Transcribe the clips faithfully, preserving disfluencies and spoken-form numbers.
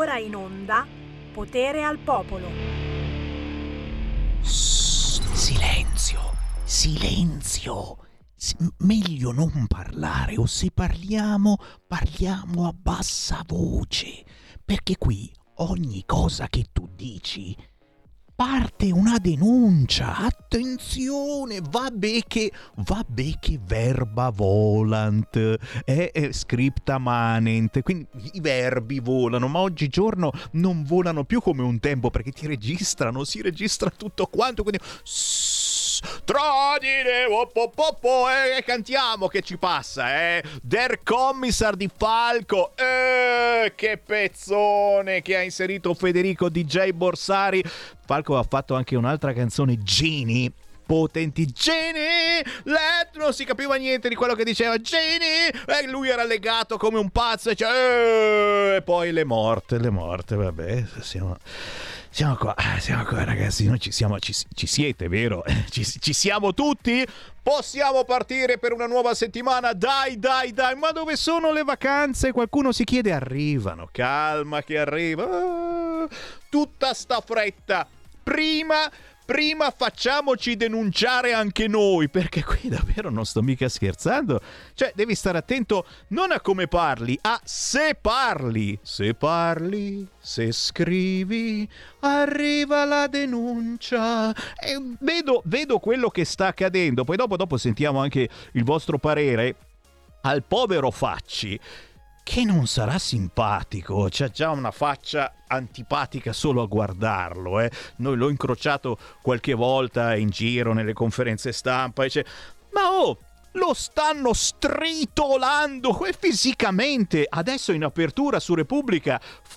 ora in onda Potere al Popolo. Shh, silenzio, silenzio. S- meglio non parlare, o se parliamo, parliamo a bassa voce, perché qui ogni cosa che tu dici parte una denuncia. Attenzione, vabbè che, vabbè che verba volant, è, è scripta manent, quindi i verbi volano, ma oggigiorno non volano più come un tempo, perché ti registrano, si registra tutto quanto, quindi Tradine, oh, oh, oh, oh, e cantiamo che ci passa, eh? Der Kommissar di Falco, eh, che pezzone che ha inserito Federico D J Borsari. Falco ha fatto anche un'altra canzone, Genie, potenti Genie, let, non si capiva niente di quello che diceva Genie, e lui era legato come un pazzo, e, cioè, e poi le morte, le morte, vabbè, siamo... Siamo qua, siamo qua ragazzi, noi ci siamo, ci, ci siete, vero? Ci, ci siamo tutti? Possiamo partire per una nuova settimana? Dai, dai, dai, ma dove sono le vacanze? Qualcuno si chiede, arrivano, calma che arriva. Ah, tutta sta fretta. Prima... Prima facciamoci denunciare anche noi, perché qui davvero non sto mica scherzando. Cioè, devi stare attento non a come parli, a se parli. Se parli, se scrivi, arriva la denuncia. E vedo, vedo quello che sta accadendo. Poi dopo, dopo sentiamo anche il vostro parere al povero Facci, che non sarà simpatico, c'ha già una faccia antipatica solo a guardarlo, eh. Noi l'ho incrociato qualche volta in giro nelle conferenze stampa e dice, ma oh, lo stanno stritolando e fisicamente. Adesso in apertura su Repubblica,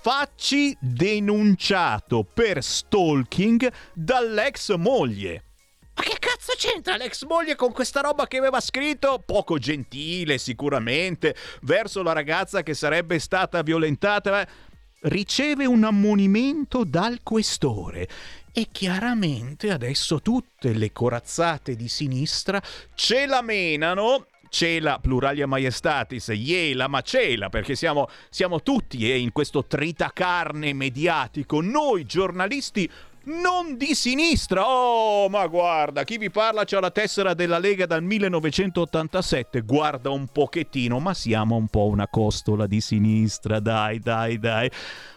Facci denunciato per stalking dall'ex moglie. Ma che cazzo c'entra l'ex moglie con questa roba che aveva scritto? Poco gentile sicuramente verso la ragazza che sarebbe stata violentata. Riceve un ammonimento dal questore e chiaramente adesso tutte le corazzate di sinistra ce la menano. Cela, pluralia maiestatis, iela, ma cela, perché siamo, siamo tutti eh, in questo tritacarne mediatico, noi giornalisti non di sinistra. Oh, ma guarda, chi vi parla c'ha la tessera della Lega dal millenovecentottantasette, guarda un pochettino, ma siamo un po' una costola di sinistra, dai, dai, dai.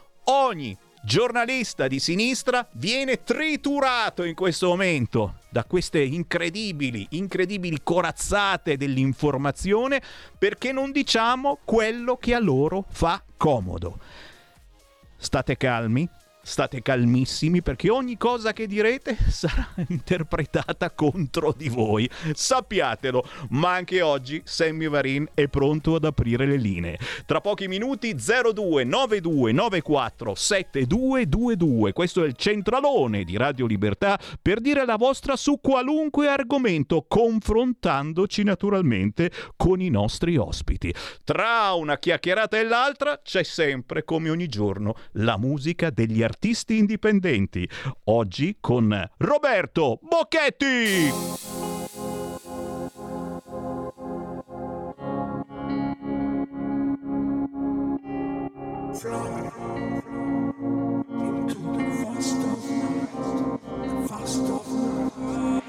Ogni giornalista di sinistra viene triturato in questo momento da queste incredibili, incredibili corazzate dell'informazione, perché non diciamo quello che a loro fa comodo. State calmi. State calmissimi, perché ogni cosa che direte sarà interpretata contro di voi. Sappiatelo, ma anche oggi Sammy Varin è pronto ad aprire le linee. Tra pochi minuti zero due nove due nove quattro sette due due due. Questo è il centralone di Radio Libertà per dire la vostra su qualunque argomento, confrontandoci naturalmente con i nostri ospiti. Tra una chiacchierata e l'altra c'è sempre, come ogni giorno, la musica degli artisti artisti indipendenti. Oggi con Roberto Bocchetti. Fly into the vast of night, the vast of night.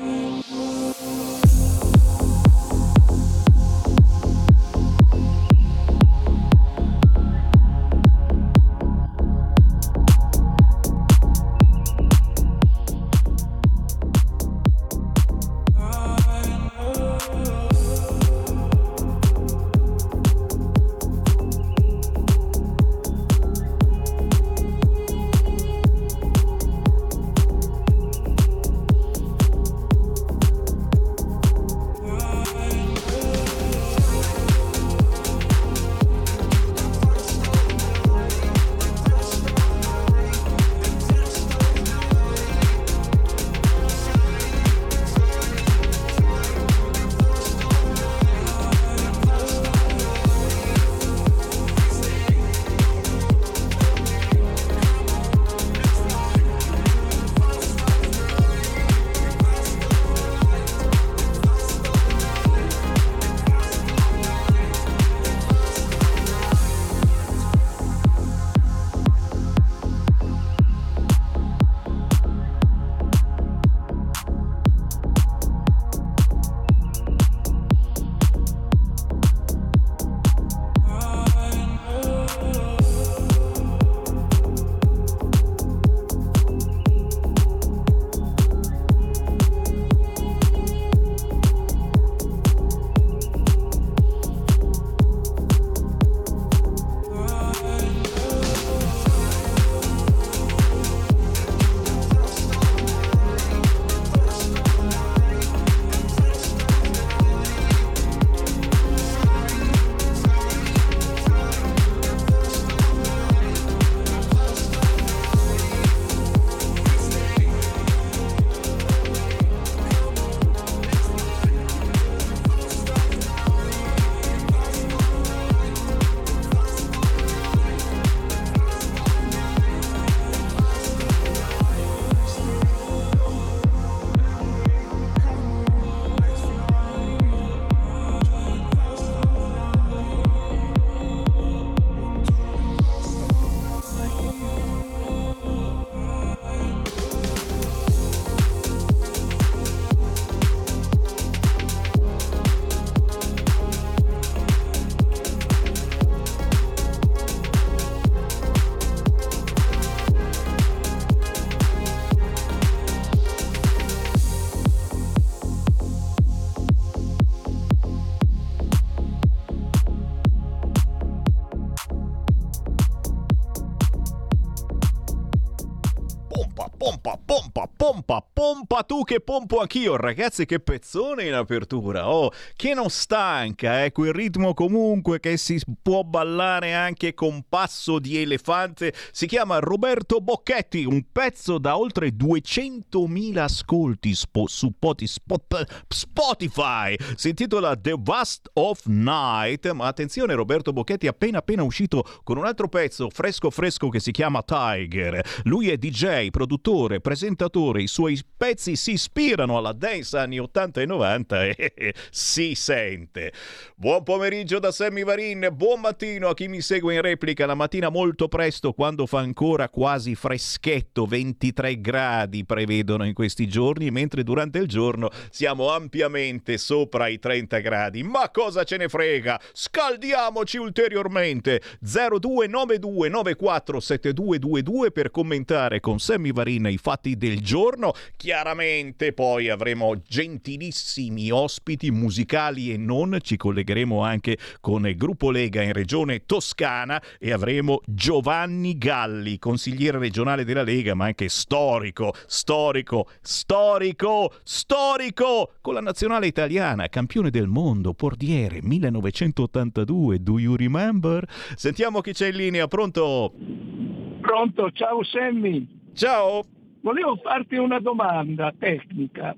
pompa, pompa, pompa, pompa tu che pompo anch'io, ragazzi, che pezzone in apertura, oh, che non stanca, eh, quel ritmo comunque che si può ballare anche con passo di elefante, si chiama Roberto Bocchetti, un pezzo da oltre duecentomila ascolti spo- su poti- spot- Spotify, si intitola The Vast of Night, ma attenzione, Roberto Bocchetti è appena appena uscito con un altro pezzo fresco fresco che si chiama Tiger, lui è D J, produttore, presentatore, i suoi pezzi si ispirano alla dance anni ottanta e novanta e si sente. Buon pomeriggio da Sammy Varin, buon mattino a chi mi segue in replica la mattina molto presto quando fa ancora quasi freschetto, ventitré gradi prevedono in questi giorni, mentre durante il giorno siamo ampiamente sopra i trenta gradi. Ma cosa ce ne frega? Scaldiamoci ulteriormente. zero due nove due nove quattro sette due due due per commentare con Sammy Varin i fatti del giorno. Chiaramente poi avremo gentilissimi ospiti musicali e non, ci collegheremo anche con il gruppo Lega in regione Toscana e avremo Giovanni Galli, consigliere regionale della Lega, ma anche storico, storico, storico, storico con la nazionale italiana, campione del mondo, portiere millenovecentottantadue, do you remember? Sentiamo chi c'è in linea, pronto? Pronto, ciao Sammy. Ciao. Volevo farti una domanda tecnica.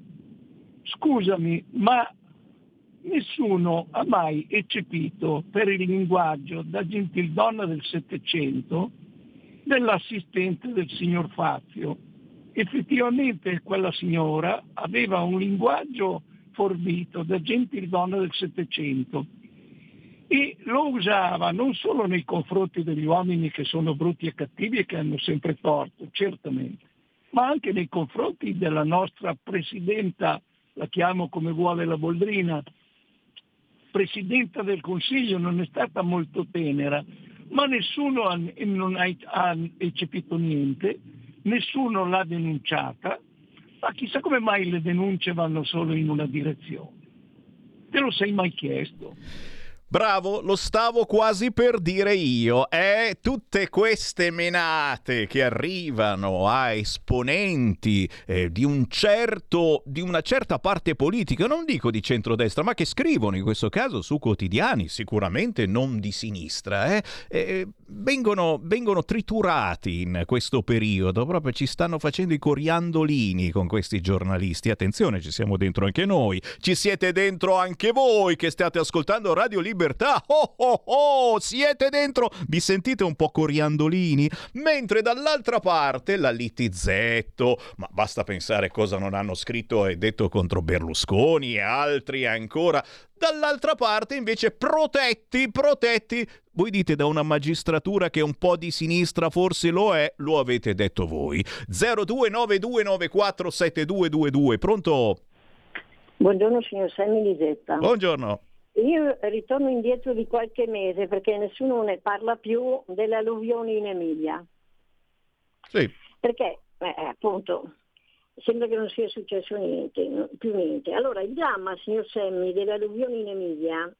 Scusami, ma nessuno ha mai eccepito per il linguaggio da gentildonna del Settecento dell'assistente del signor Fazio? Effettivamente quella signora aveva un linguaggio forbito da gentildonna del Settecento e lo usava non solo nei confronti degli uomini che sono brutti e cattivi e che hanno sempre torto, certamente, ma anche nei confronti della nostra presidenta, la chiamo come vuole la Boldrina, presidenta del Consiglio, non è stata molto tenera, ma nessuno ha, non ha, ha eccepito niente, nessuno l'ha denunciata, ma chissà come mai le denunce vanno solo in una direzione. Te lo sei mai chiesto? Bravo, lo stavo quasi per dire io. Eh, tutte queste menate che arrivano a esponenti eh, di un certo, di una certa parte politica, non dico di centrodestra, ma che scrivono in questo caso su quotidiani, sicuramente non di sinistra, eh, eh, vengono, vengono triturati in questo periodo. Proprio ci stanno facendo i coriandolini con questi giornalisti. Attenzione, ci siamo dentro anche noi, ci siete dentro anche voi che state ascoltando Radio Libertà. Oh oh oh, siete dentro, vi sentite un po' coriandolini? Mentre dall'altra parte la Littizzetto, ma basta pensare cosa non hanno scritto e detto contro Berlusconi e altri ancora. Dall'altra parte invece protetti, protetti, voi dite da una magistratura che un po' di sinistra forse lo è, lo avete detto voi. zero due nove due nove quattro sette due due due, pronto? Buongiorno signor Sammy Lisetta. Buongiorno. Io ritorno indietro di qualche mese perché nessuno ne parla più delle alluvioni in Emilia. Sì. Perché eh, appunto sembra che non sia successo niente, no, più niente. Allora il dramma, signor Sammy, delle alluvioni in Emilia,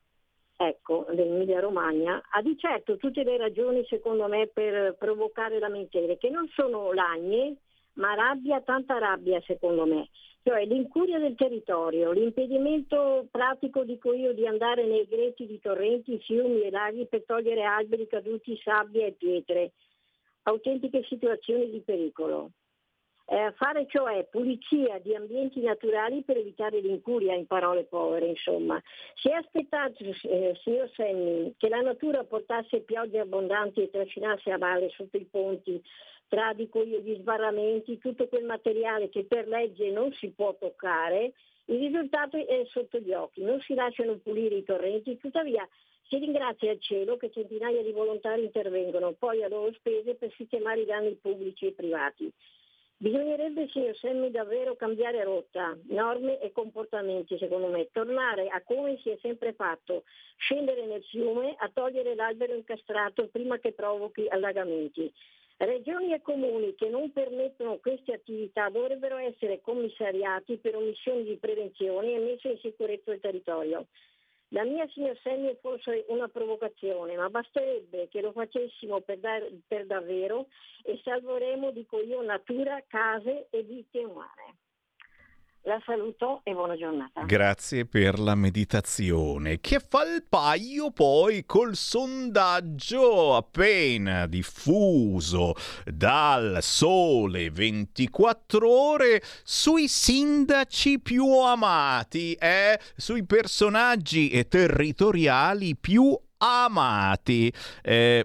ecco, dell'Emilia Romagna, ha di certo tutte le ragioni secondo me per provocare lamentele, che non sono lagne, ma rabbia, tanta rabbia secondo me. Cioè l'incuria del territorio, l'impedimento pratico, dico io, di andare nei greti di torrenti, fiumi e laghi per togliere alberi caduti, sabbia e pietre, autentiche situazioni di pericolo. Eh, fare cioè pulizia di ambienti naturali per evitare l'incuria, in parole povere, insomma. Si è aspettato, eh, signor Sammy, che la natura portasse piogge abbondanti e trascinasse a valle sotto i ponti, tra, dico io, gli sbarramenti, tutto quel materiale che per legge non si può toccare, il risultato è sotto gli occhi, non si lasciano pulire i torrenti, tuttavia si ringrazia il cielo che centinaia di volontari intervengono poi a loro spese per sistemare i danni pubblici e privati. Bisognerebbe, signor Sammy, davvero cambiare rotta, norme e comportamenti, secondo me, tornare a come si è sempre fatto, scendere nel fiume a togliere l'albero incastrato prima che provochi allagamenti. Regioni e comuni che non permettono queste attività dovrebbero essere commissariati per omissioni di prevenzione e messa in sicurezza del territorio. La mia, signor Semmi, è forse una provocazione, ma basterebbe che lo facessimo per, dar, per davvero e salveremo, dico io, natura, case e vite umane. La saluto e buona giornata. Grazie per la meditazione che fa il paio poi col sondaggio appena diffuso dal Sole ventiquattro Ore sui sindaci più amati, eh? Sui personaggi territoriali più amati. Eh,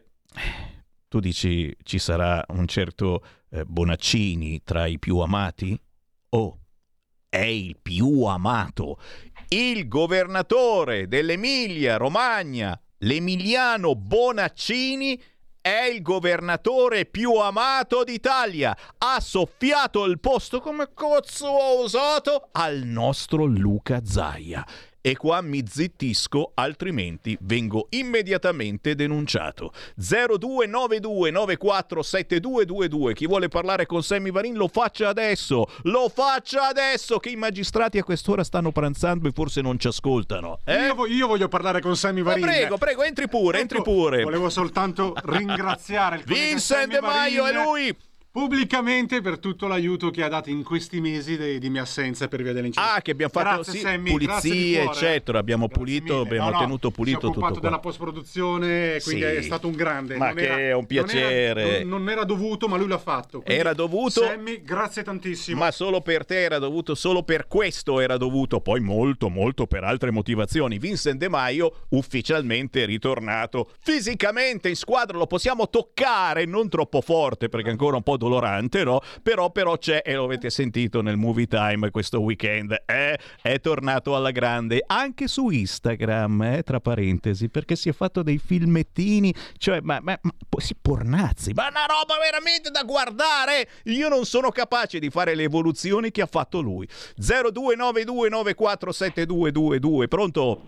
tu dici ci sarà un certo eh, Bonaccini tra i più amati? Oh, è il più amato, il governatore dell'Emilia Romagna, l'emiliano Bonaccini, è il governatore più amato d'Italia. Ha soffiato il posto, come cazzo ho osato, al nostro Luca Zaia. E qua mi zittisco, altrimenti vengo immediatamente denunciato. zero due nove due nove quattro sette due due due. Chi vuole parlare con Sammy Varin lo faccia adesso. Lo faccia adesso, che i magistrati a quest'ora stanno pranzando e forse non ci ascoltano. Eh? Io, io voglio parlare con Sammy Varin. Ma prego, prego, entri pure, Ecco, entri pure. Volevo soltanto ringraziare il collega Vincent Sammy De Maio, Varin è lui. pubblicamente per tutto l'aiuto che ha dato in questi mesi de, di mia assenza per via dell'incidente. Ah, che abbiamo fatto grazie, sì, Sammy, pulizie, eccetera. Abbiamo grazie pulito, mille. abbiamo no, no, tenuto pulito si è occupato tutto qua. della post-produzione, quindi Sì. è stato un grande. Ma non che era, è un piacere. Non era, non, non era dovuto, ma lui l'ha fatto. Quindi, Era dovuto. Sammy, grazie tantissimo. Ma solo per te era dovuto, solo per questo era dovuto, poi molto, molto per altre motivazioni. Vincent De Maio ufficialmente ritornato fisicamente in squadra, lo possiamo toccare, non troppo forte perché è ancora un po' dolorante, no? Però, però c'è, e lo avete sentito nel Movie Time questo weekend, è, è tornato alla grande, anche su Instagram, eh, tra parentesi, perché si è fatto dei filmettini, cioè, ma, ma, ma si pornazzi, ma una roba veramente da guardare. Io non sono capace di fare le evoluzioni che ha fatto lui. zero due nove due nove quattro sette due due due. Pronto?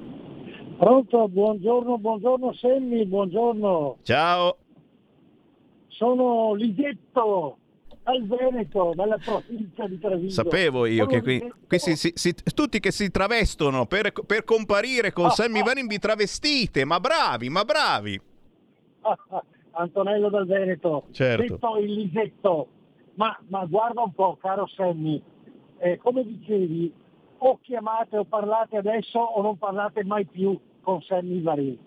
Pronto, buongiorno, buongiorno Sammy, buongiorno. Ciao. Sono Lighetto, dal Veneto, dalla provincia di Treviso. Sapevo io Sono che qui, Lighetto. qui si, si, si, tutti che si travestono per, per comparire con Ah, Sammy ah. Varin vi travestite, ma bravi, ma bravi. Ah, ah, Antonello dal Veneto, Certo. detto il Lighetto. Ma, ma guarda un po', caro Sammy, eh, come dicevi, o chiamate o parlate adesso o non parlate mai più con Sammy Varin.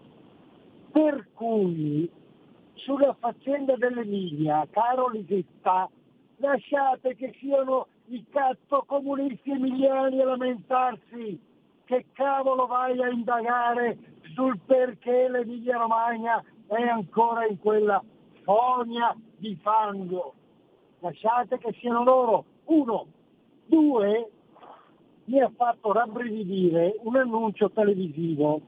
Per cui, sulla faccenda dell'Emilia, caro Ligetta, lasciate che siano i cazzo comunisti emiliani a lamentarsi. Che cavolo vai a indagare sul perché l'Emilia Romagna è ancora in quella fogna di fango? Lasciate che siano loro. Uno. Due, mi ha fatto rabbrividire un annuncio televisivo.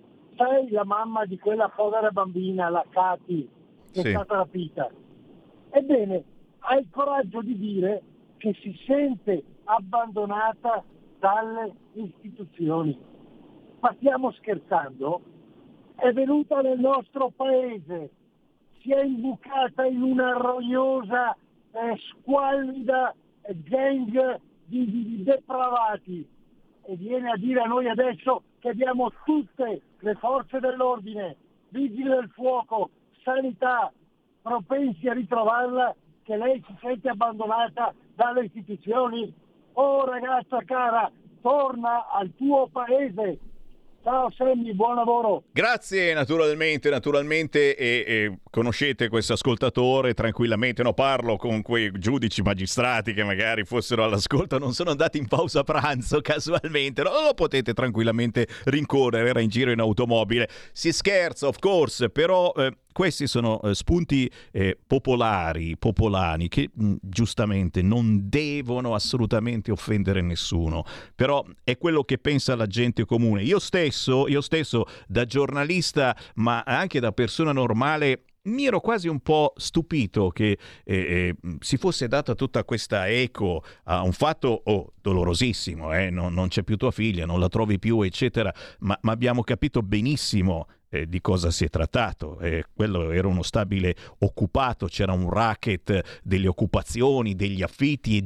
Sai, la mamma di quella povera bambina, la Cati, che Sì. è stata rapita. Ebbene, ha il coraggio di dire che si sente abbandonata dalle istituzioni. Ma stiamo scherzando? È venuta nel nostro paese, si è imbucata in una roiosa, eh, squallida eh, gang di, di, di depravati e viene a dire a noi adesso che abbiamo tutte le forze dell'ordine, vigili del fuoco, sanità, propensi a ritrovarla, che lei si sente abbandonata dalle istituzioni. Oh ragazza cara, torna al tuo paese. Ciao Sammy, buon lavoro. Grazie, naturalmente, naturalmente, e, e conoscete questo ascoltatore tranquillamente, no, parlo con quei giudici magistrati che magari fossero all'ascolto, non sono andati in pausa pranzo casualmente, no, lo potete tranquillamente rincorrere, era in giro in automobile, si scherza of course, però eh, questi sono eh, spunti eh, popolari, popolani, che mh, giustamente non devono assolutamente offendere nessuno, però è quello che pensa la gente comune. Io stesso, io stesso da giornalista, ma anche da persona normale, mi ero quasi un po' stupito che eh, eh, si fosse data tutta questa eco a un fatto oh, dolorosissimo, eh? non, non c'è più tua figlia, non la trovi più, eccetera, ma, ma abbiamo capito benissimo Eh, di cosa si è trattato. Eh, quello era uno stabile occupato, c'era un racket delle occupazioni, degli affitti e di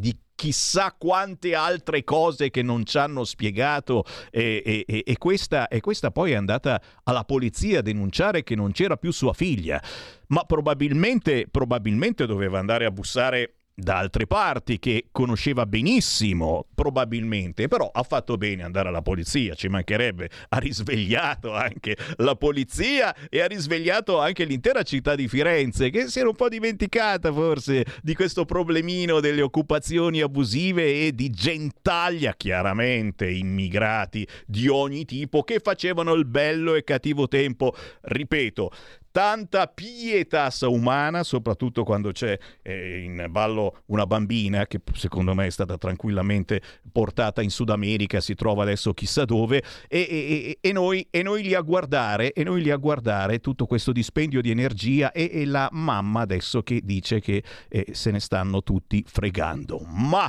chissà quante altre cose che non ci hanno spiegato e, e, e, questa, e questa poi è andata alla polizia a denunciare che non c'era più sua figlia, ma probabilmente, probabilmente doveva andare a bussare da altre parti che conosceva benissimo, probabilmente, però ha fatto bene andare alla polizia, ci mancherebbe, ha risvegliato anche la polizia e ha risvegliato anche l'intera città di Firenze, che si era un po' dimenticata forse di questo problemino delle occupazioni abusive e di gentaglia, chiaramente immigrati di ogni tipo che facevano il bello e cattivo tempo, ripeto. Tanta pietas umana, soprattutto quando c'è eh, in ballo una bambina che secondo me è stata tranquillamente portata in Sud America, si trova adesso chissà dove, e, e, e, noi, e noi lì a guardare, e noi lì a guardare tutto questo dispendio di energia e, e la mamma adesso che dice che eh, se ne stanno tutti fregando. Ma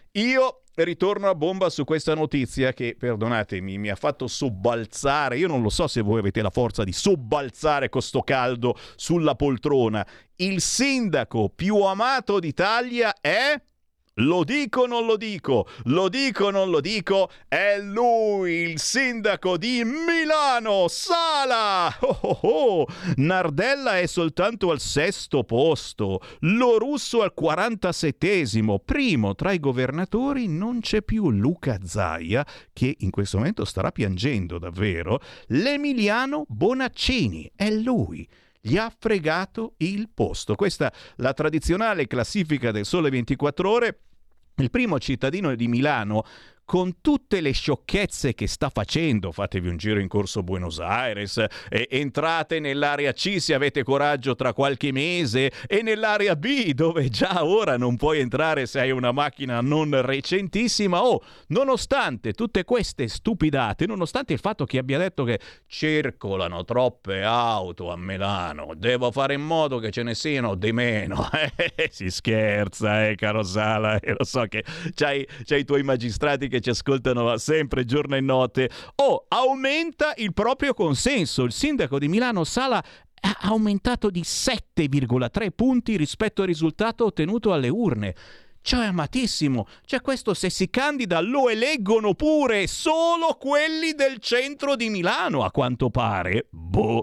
io ritorno a bomba su questa notizia che, perdonatemi, mi ha fatto sobbalzare. Io non lo so se voi avete la forza di sobbalzare con sto caldo sulla poltrona. Il sindaco più amato d'Italia è... Lo dico o non lo dico? Lo dico o non lo dico? È lui, il sindaco di Milano, Sala! Oh oh oh. Nardella è soltanto al sesto posto, Lo Russo al quarantasettesimo. Primo tra i governatori non c'è più Luca Zaia, che in questo momento starà piangendo davvero. L'Emiliano Bonaccini, è lui. Gli ha fregato il posto. Questa la tradizionale classifica del Sole ventiquattro Ore. Il primo cittadino di Milano, con tutte le sciocchezze che sta facendo, fatevi un giro in corso Buenos Aires, e entrate nell'area C se avete coraggio tra qualche mese, e nell'area B dove già ora non puoi entrare se hai una macchina non recentissima. Oh, nonostante tutte queste stupidate, nonostante il fatto che abbia detto che circolano troppe auto a Milano, devo fare in modo che ce ne siano di meno. Eh, si scherza, eh, caro Sala, eh, lo so che c'hai, c'hai i tuoi magistrati che ci ascoltano sempre giorno e notte. Oh, aumenta il proprio consenso. Il sindaco di Milano, Sala, ha aumentato di sette virgola tre punti rispetto al risultato ottenuto alle urne. Cioè, amatissimo, cioè questo se si candida lo eleggono pure solo quelli del centro di Milano, a quanto pare. Boh.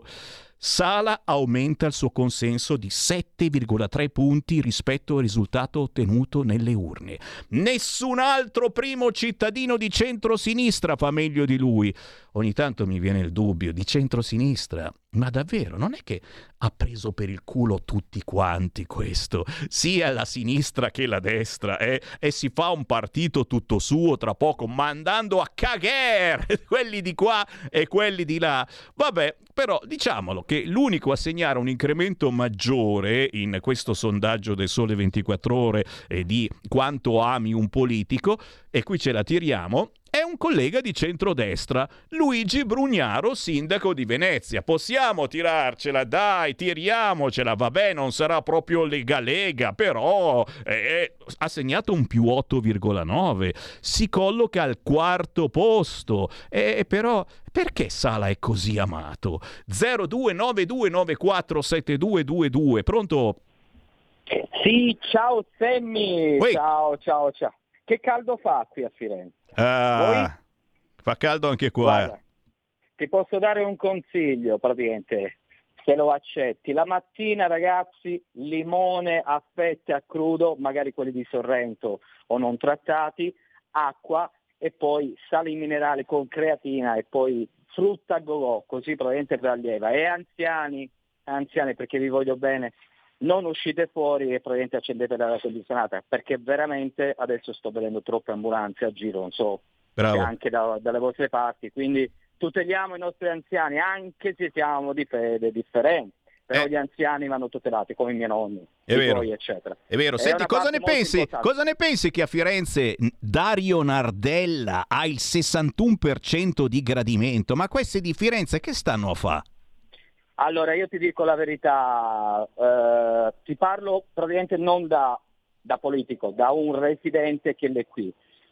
Sala aumenta il suo consenso di sette virgola tre punti rispetto al risultato ottenuto nelle urne. Nessun altro primo cittadino di centrosinistra fa meglio di lui. Ogni tanto mi viene il dubbio, di centrosinistra, ma davvero non è che ha preso per il culo tutti quanti questo, sia la sinistra che la destra, eh? E si fa un partito tutto suo tra poco, mandando a cagare quelli di qua e quelli di là. Vabbè, però diciamolo che l'unico a segnare un incremento maggiore in questo sondaggio del Sole ventiquattro Ore e di quanto ami un politico, e qui ce la tiriamo, è un collega di centrodestra, Luigi Brugnaro, sindaco di Venezia. Possiamo tirarcela, dai, tiriamocela, vabbè, non sarà proprio Lega Lega, però eh, ha segnato un più otto virgola nove, si colloca al quarto posto, eh, però perché Sala è così amato? zero due nove due nove quattro sette due due due, pronto? Sì, ciao Sammy, Ui. ciao ciao ciao. Che caldo fa qui a Firenze? Ah, fa caldo anche qua. Guarda, ti posso dare un consiglio, praticamente, se lo accetti. La mattina, ragazzi, limone a fette a crudo, magari quelli di Sorrento o non trattati, acqua e poi sali minerali con creatina e poi frutta a go-go, così praticamente per allieva. E anziani, anziani perché vi voglio bene, non uscite fuori e praticamente accendete l'aria condizionata, perché veramente adesso sto vedendo troppe ambulanze a giro, non so, Bravo. anche da, dalle vostre parti, quindi tuteliamo i nostri anziani, anche se siamo di fede differenti, però Eh. gli anziani vanno tutelati, come i miei nonni, È i vero. tuoi, eccetera. È vero, È senti, una cosa parte ne molto pensi? importante. Cosa ne pensi che a Firenze Dario Nardella ha il sessantuno per cento di gradimento? Ma questi di Firenze che stanno a fare? Allora, io ti dico la verità, eh, ti parlo praticamente non da, da politico, da un residente che è qui.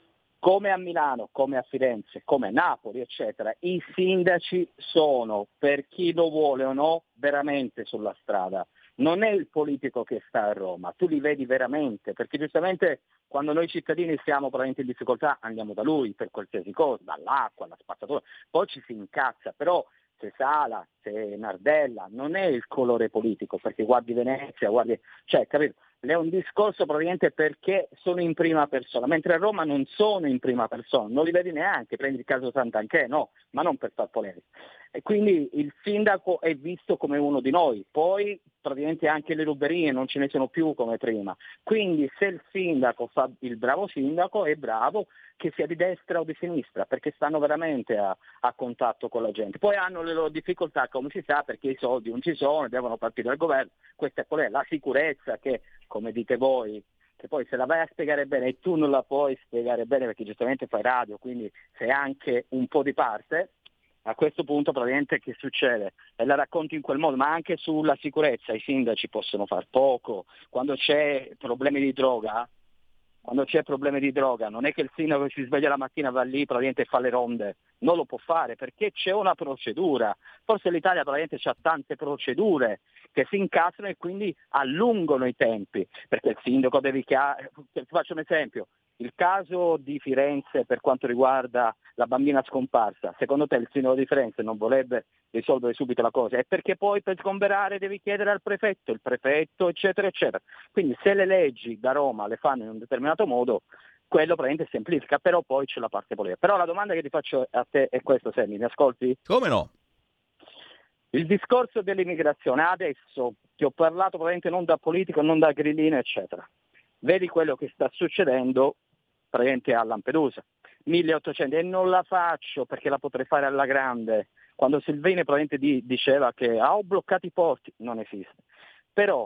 come a Milano, come a Firenze, come a Napoli, eccetera, i sindaci sono, per chi lo vuole o no, veramente sulla strada. Non è il politico che sta a Roma, tu li vedi veramente, perché giustamente quando noi cittadini siamo veramente in difficoltà andiamo da lui per qualsiasi cosa, dall'acqua, alla spazzatura, poi ci si incazza, però se Sala, se Nardella, non è il colore politico, perché guardi Venezia, guardi, cioè, capito? È un discorso probabilmente perché sono in prima persona, mentre a Roma non sono in prima persona, non li vedi neanche, prendi il caso Santanchè, no, ma non per far polemica. E quindi il sindaco è visto come uno di noi, poi praticamente anche le ruberie non ce ne sono più come prima, quindi se il sindaco fa il bravo sindaco è bravo che sia di destra o di sinistra, perché stanno veramente a, a contatto con la gente. Poi hanno le loro difficoltà, come si sa, perché i soldi non ci sono, devono partire dal governo, questa è qual è la sicurezza che, come dite voi, che poi se la vai a spiegare bene e tu non la puoi spiegare bene perché giustamente fai radio, quindi sei anche un po' di parte, a questo punto praticamente che succede? E la racconti in quel modo, ma anche sulla sicurezza i sindaci possono far poco, quando c'è problemi di droga, quando c'è problemi di droga, non è che il sindaco si sveglia la mattina, va lì praticamente fa le ronde, non lo può fare perché c'è una procedura, forse l'Italia praticamente ha tante procedure che si incastrano e quindi allungano i tempi, perché il sindaco deve chiarire, ti faccio un esempio, il caso di Firenze per quanto riguarda la bambina scomparsa, secondo te il sindaco di Firenze non vorrebbe risolvere subito la cosa? È perché poi per sgomberare devi chiedere al prefetto, il prefetto eccetera eccetera. Quindi se le leggi da Roma le fanno in un determinato modo, quello praticamente semplifica, però poi c'è la parte politica. Però la domanda che ti faccio a te è questa, Sammy, mi ascolti? Come no? Il discorso dell'immigrazione, adesso ti ho parlato praticamente non da politico, non da grillino eccetera. Vedi quello che sta succedendo praticamente a Lampedusa, milleottocento, e non la faccio perché la potrei fare alla grande, quando Silvini praticamente di, diceva che ah, ho bloccato i porti, non esiste, però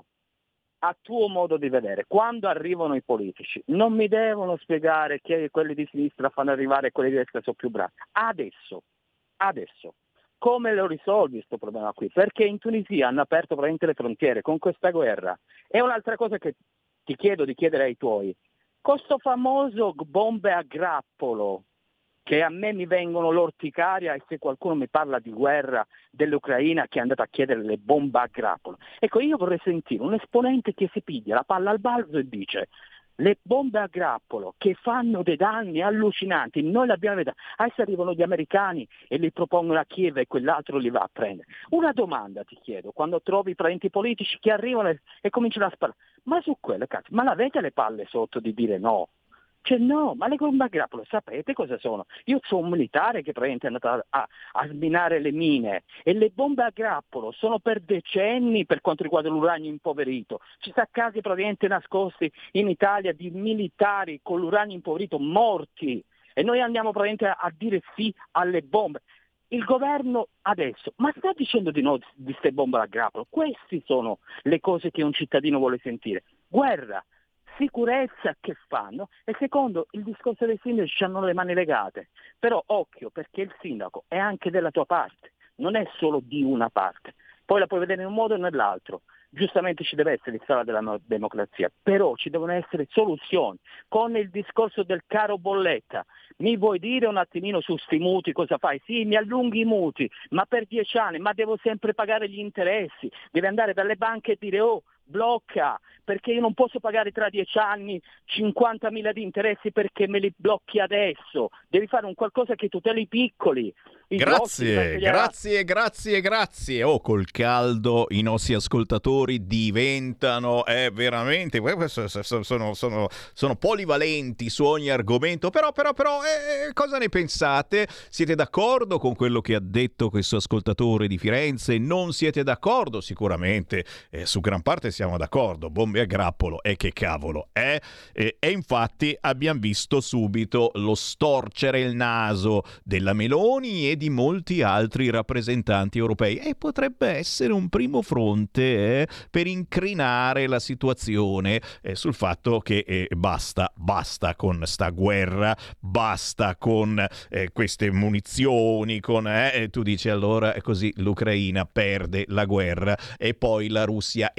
a tuo modo di vedere, quando arrivano i politici non mi devono spiegare che quelli di sinistra fanno arrivare e quelli di destra sono più bravi, adesso, adesso, come lo risolvi questo problema qui? Perché in Tunisia hanno aperto praticamente le frontiere con questa guerra, e un'altra cosa che ti chiedo di chiedere ai tuoi, questo famoso bombe a grappolo, che a me mi vengono l'orticaria e se qualcuno mi parla di guerra dell'Ucraina che è andato a chiedere le bombe a grappolo. Ecco, io vorrei sentire un esponente che si piglia la palla al balzo e dice le bombe a grappolo che fanno dei danni allucinanti, noi le abbiamo vedute, adesso arrivano gli americani e li propongono a Kiev e quell'altro li va a prendere. Una domanda ti chiedo, quando trovi i parenti politici che arrivano e, e cominciano a sparare, ma su quelle cazzo, ma l'avete le palle sotto di dire no? Cioè no, ma le bombe a grappolo sapete cosa sono? Io sono un militare che praticamente è andato a, a, a sminare le mine e le bombe a grappolo sono per decenni per quanto riguarda l'uranio impoverito. Ci sono casi praticamente nascosti in Italia di militari con l'uranio impoverito morti e noi andiamo praticamente a, a dire sì alle bombe. Il governo adesso, ma sta dicendo di no di queste bombe a grappolo? Queste sono le cose che un cittadino vuole sentire. Guerra, sicurezza che fanno, e secondo il discorso dei sindaci hanno le mani legate, però occhio perché il sindaco è anche della tua parte, non è solo di una parte, poi la puoi vedere in un modo o nell'altro. Giustamente ci deve essere il sala della no- democrazia, però ci devono essere soluzioni. Con il discorso del caro bolletta, mi vuoi dire un attimino su sti mutui cosa fai? Sì, mi allunghi i mutui, ma per dieci anni, ma devo sempre pagare gli interessi, devi andare dalle banche e dire oh, blocca, perché io non posso pagare tra dieci anni cinquantamila di interessi perché me li blocchi adesso, devi fare un qualcosa che tuteli i piccoli. I Grazie, grossi, grazie, grazie, grazie. Oh, col caldo i nostri ascoltatori diventano eh, veramente sono, sono, sono, sono polivalenti su ogni argomento, però, però, però eh, cosa ne pensate? Siete d'accordo con quello che ha detto questo ascoltatore di Firenze? Non siete d'accordo? Sicuramente eh, su gran parte siamo d'accordo, bombe a grappolo, e eh, che cavolo, eh? E, e infatti abbiamo visto subito lo storcere il naso della Meloni e di molti altri rappresentanti europei, e potrebbe essere un primo fronte eh, per incrinare la situazione eh, sul fatto che eh, basta, basta con sta guerra, basta con eh, queste munizioni, con eh, tu dici allora così l'Ucraina perde la guerra e poi la Russia entra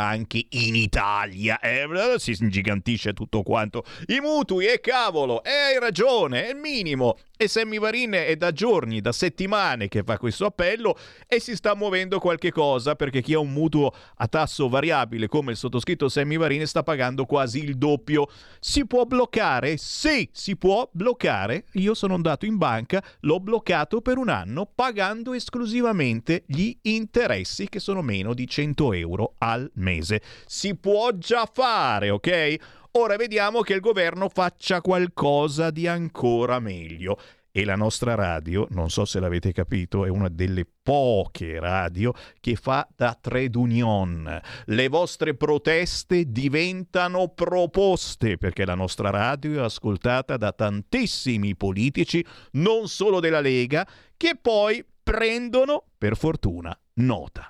anche in Italia. Eh, si ingigantisce tutto quanto. I mutui, e cavolo, e hai ragione, è il minimo. E Sammy Varin è da giorni, da settimane che fa questo appello e si sta muovendo qualche cosa, perché chi ha un mutuo a tasso variabile come il sottoscritto Sammy Varin sta pagando quasi il doppio. Si può bloccare? Sì, si può bloccare. Io sono andato in banca, l'ho bloccato per un anno pagando esclusivamente gli interessi, che sono meno di cento euro al mese. Si può già fare, ok? Ora vediamo che il governo faccia qualcosa di ancora meglio. E la nostra radio, non so se l'avete capito, è una delle poche radio che fa da trade union. Le vostre proteste diventano proposte, perché la nostra radio è ascoltata da tantissimi politici, non solo della Lega, che poi prendono, per fortuna, nota.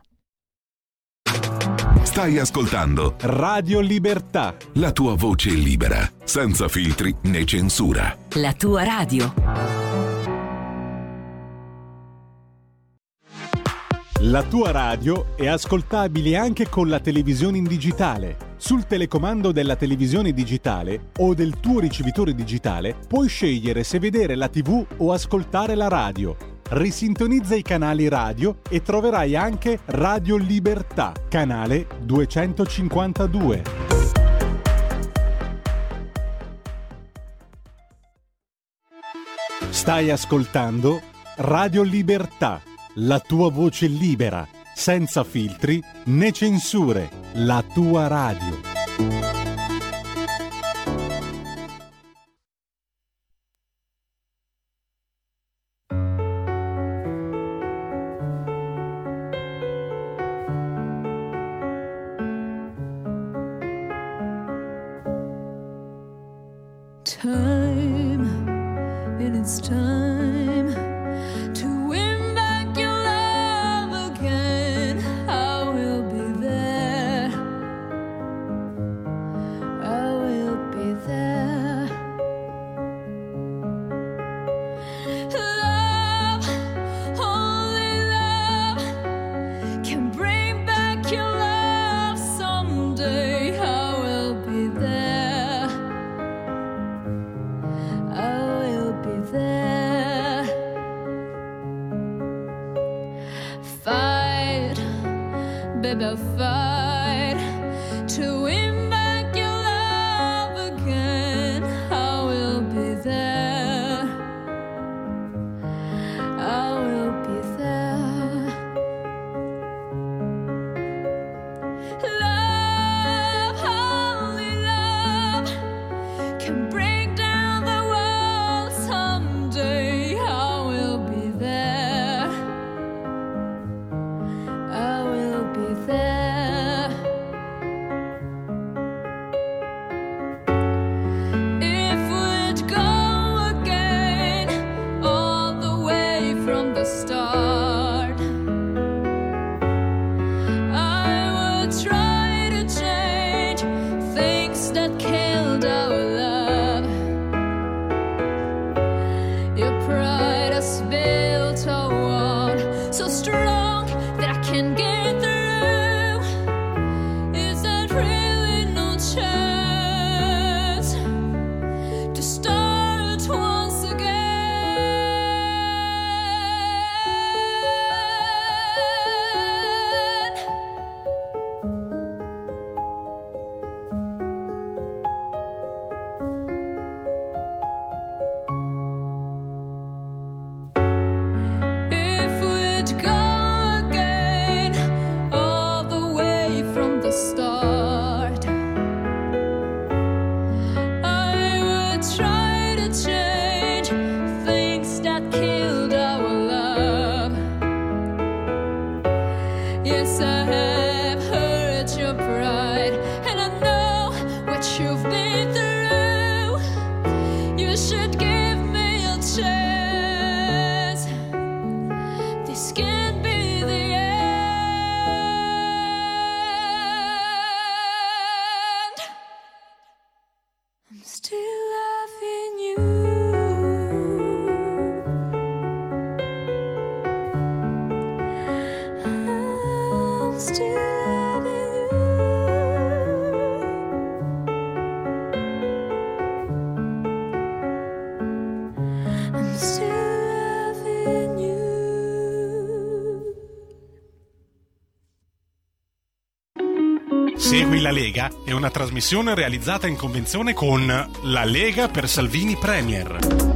Stai ascoltando Radio Libertà, la tua voce libera, senza filtri né censura. La tua radio. La tua radio è ascoltabile anche con la televisione in digitale. Sul telecomando della televisione digitale o del tuo ricevitore digitale puoi scegliere se vedere la tivù o ascoltare la radio. Risintonizza i canali radio e troverai anche Radio Libertà, canale duecentocinquantadue. Stai ascoltando Radio Libertà, la tua voce libera, senza filtri né censure, la tua radio. Time, and it's time to win back your love again. I will be there. I will be there. Love, only love can bring back your love someday. I will be there. Fight, baby, fight to win back your love again. I will be there. I will be there. Love, only love can break down the world someday. I will be there. I will be there. Segui la Lega è una trasmissione realizzata in convenzione con La Lega per Salvini Premier.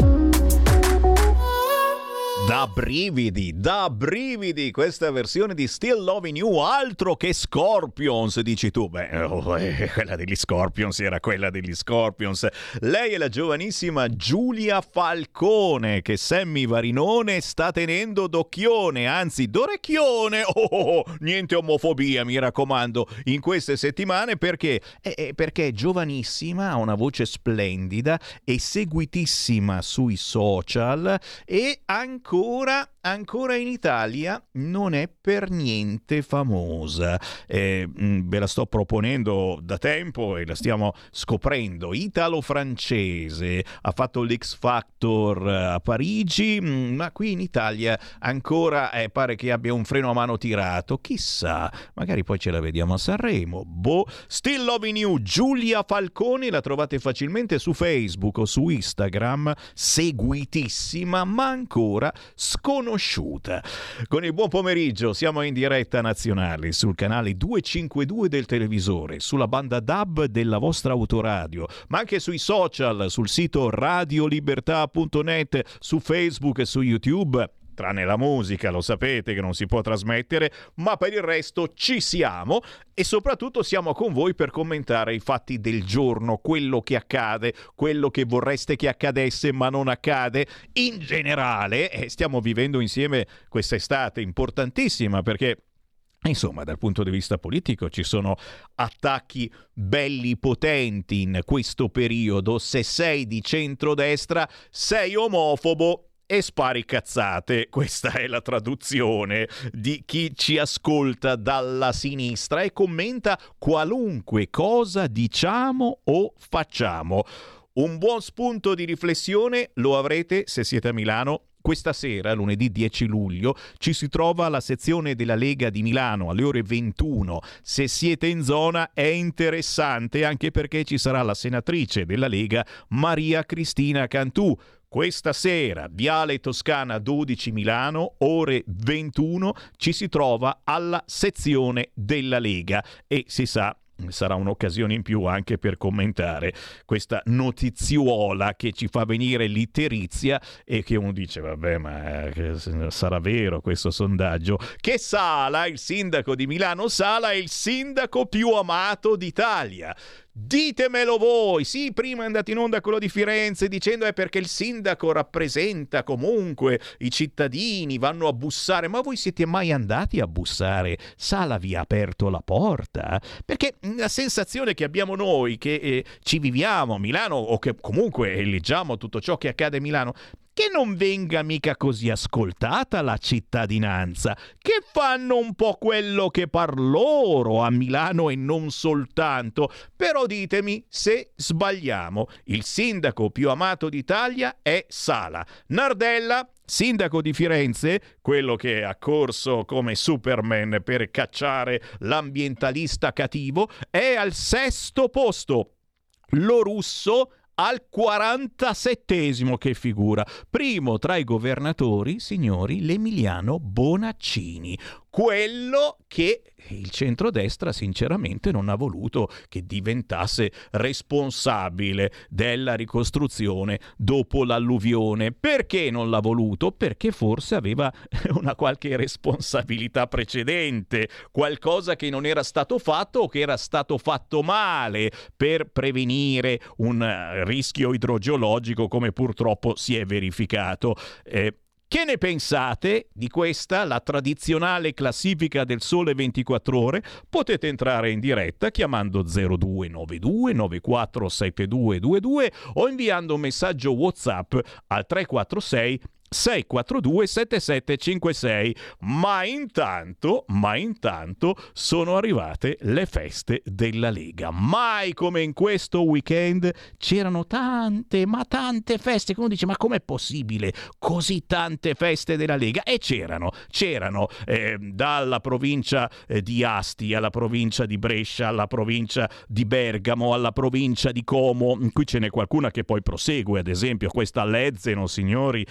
Da brividi, da brividi, questa versione di Still Loving You, altro che Scorpions, dici tu. Beh, oh, eh, quella degli Scorpions era quella degli Scorpions. Lei è la giovanissima Giulia Falcone, che Sammy Varinone sta tenendo d'occhione, anzi d'orecchione. Oh, oh, oh, niente omofobia, mi raccomando, in queste settimane, perché? Eh, perché è giovanissima, ha una voce splendida, è seguitissima sui social e ancora Ancora, ancora in Italia non è per niente famosa. Eh, ve la sto proponendo da tempo e la stiamo scoprendo. Italo-francese, ha fatto l'X Factor a Parigi, ma qui in Italia ancora eh, pare che abbia un freno a mano tirato. Chissà, magari poi ce la vediamo a Sanremo. Boh. Still Loving You, Giulia Falcone, la trovate facilmente su Facebook o su Instagram, seguitissima ma ancora sconosciuta. Con il buon pomeriggio siamo in diretta nazionale sul canale duecentocinquantadue del televisore, sulla banda D A B della vostra autoradio, ma anche sui social, sul sito radiolibertà punto net, su Facebook e su YouTube. Tranne la musica, lo sapete che non si può trasmettere, ma per il resto ci siamo e soprattutto siamo con voi per commentare i fatti del giorno, quello che accade, quello che vorreste che accadesse ma non accade. In generale, eh, stiamo vivendo insieme questa estate importantissima perché insomma, dal punto di vista politico ci sono attacchi belli potenti in questo periodo. Se sei di centrodestra, sei omofobo e spari cazzate. Questa è la traduzione di chi ci ascolta dalla sinistra e commenta qualunque cosa diciamo o facciamo. Un buon spunto di riflessione lo avrete se siete a Milano. Questa sera, lunedì dieci luglio, ci si trova alla sezione della Lega di Milano alle ore ventuno. Se siete in zona è interessante anche perché ci sarà la senatrice della Lega Maria Cristina Cantù. Questa sera, Viale Toscana dodici Milano, ore ventuno, ci si trova alla sezione della Lega e si sa, sarà un'occasione in più anche per commentare questa notiziuola che ci fa venire l'itterizia e che uno dice vabbè ma eh, sarà vero questo sondaggio che Sala, il sindaco di Milano Sala, è il sindaco più amato d'Italia. Ditemelo voi. Sì, prima è andato in onda quello di Firenze dicendo è perché il sindaco rappresenta comunque i cittadini, vanno a bussare, ma voi siete mai andati a bussare? Sala vi ha aperto la porta? Perché la sensazione che abbiamo noi che eh, ci viviamo a Milano o che comunque leggiamo tutto ciò che accade a Milano, che non venga mica così ascoltata la cittadinanza, che fanno un po' quello che par loro a Milano e non soltanto. Però ditemi se sbagliamo. Il sindaco più amato d'Italia è Sala. Nardella, sindaco di Firenze, quello che ha corso come Superman per cacciare l'ambientalista cattivo, è al sesto posto. Lo Russo al quarantasettesimo, che figura. Primo tra i governatori, signori, l'Emiliano Bonaccini, quello che il centrodestra sinceramente non ha voluto che diventasse responsabile della ricostruzione dopo l'alluvione. Perché non l'ha voluto? Perché forse aveva una qualche responsabilità precedente, qualcosa che non era stato fatto o che era stato fatto male per prevenire un rischio idrogeologico come purtroppo si è verificato. Eh, Che ne pensate di questa, la tradizionale classifica del Sole ventiquattro Ore? Potete entrare in diretta chiamando zero due nove due nove quattro sette due due due o inviando un messaggio WhatsApp al tre quattro sei sei quattro due sette sette cinque sei. Ma intanto, ma intanto sono arrivate le feste della Lega. Mai come in questo weekend c'erano tante, ma tante feste. Uno dice, ma com'è possibile così tante feste della Lega? E c'erano, c'erano eh, dalla provincia eh, di Asti alla provincia di Brescia, alla provincia di Bergamo, alla provincia di Como. Qui ce n'è qualcuna che poi prosegue, ad esempio questa Lezzeno, signori, con il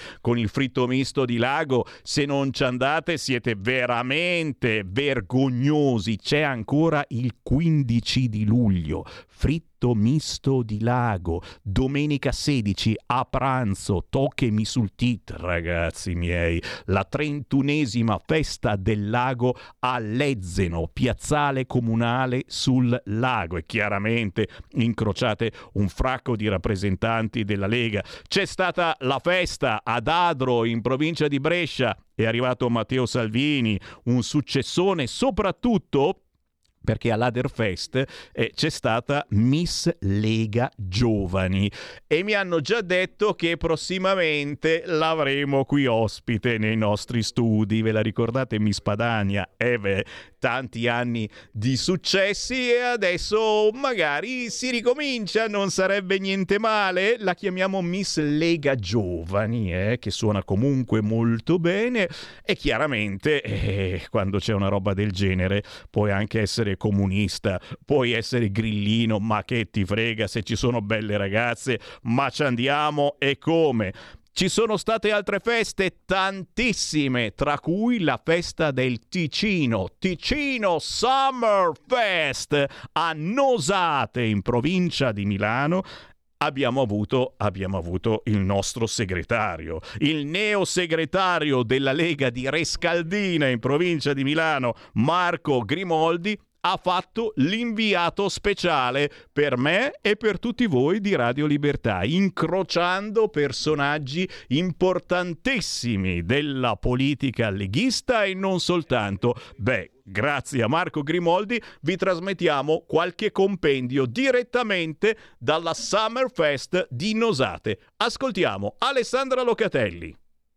il fritto misto di Lago. Se non ci andate siete veramente vergognosi. C'è ancora il quindici di luglio, fritto misto di Lago, domenica sedici a pranzo, tocchemi sul tit, ragazzi miei, la trentunesima festa del Lago a Lezzeno, piazzale comunale sul Lago, e chiaramente incrociate un fracco di rappresentanti della Lega. C'è stata la festa ad Adro in provincia di Brescia, è arrivato Matteo Salvini, un successone, soprattutto perché all'Aderfest eh, c'è stata Miss Lega Giovani e mi hanno già detto che prossimamente l'avremo qui ospite nei nostri studi. Ve la ricordate Miss Padania? Eh beh, tanti anni di successi e adesso magari si ricomincia, non sarebbe niente male. La chiamiamo Miss Lega Giovani, eh, che suona comunque molto bene, e chiaramente eh, quando c'è una roba del genere puoi anche essere comunista, puoi essere grillino, ma che ti frega se ci sono belle ragazze, ma ci andiamo e come. Ci sono state altre feste, tantissime, tra cui la festa del Ticino, Ticino Summer Fest a Nosate in provincia di Milano. Abbiamo avuto, abbiamo avuto il nostro segretario, il neo segretario della Lega di Rescaldina in provincia di Milano, Marco Grimoldi, ha fatto l'inviato speciale per me e per tutti voi di Radio Libertà, incrociando personaggi importantissimi della politica leghista e non soltanto. Beh, grazie a Marco Grimoldi vi trasmettiamo qualche compendio direttamente dalla Summerfest di Nosate. Ascoltiamo Alessandra Locatelli.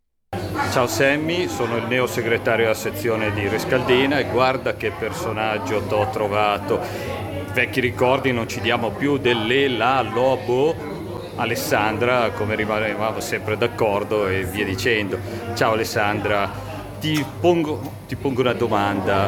Ciao Sammy, sono il neo segretario della sezione di Rescaldina e guarda che personaggio t'ho trovato. Vecchi ricordi non ci diamo più, delle la lobo. Alessandra, come rimanevamo sempre d'accordo e via dicendo. Ciao Alessandra, ti pongo, ti pongo una domanda.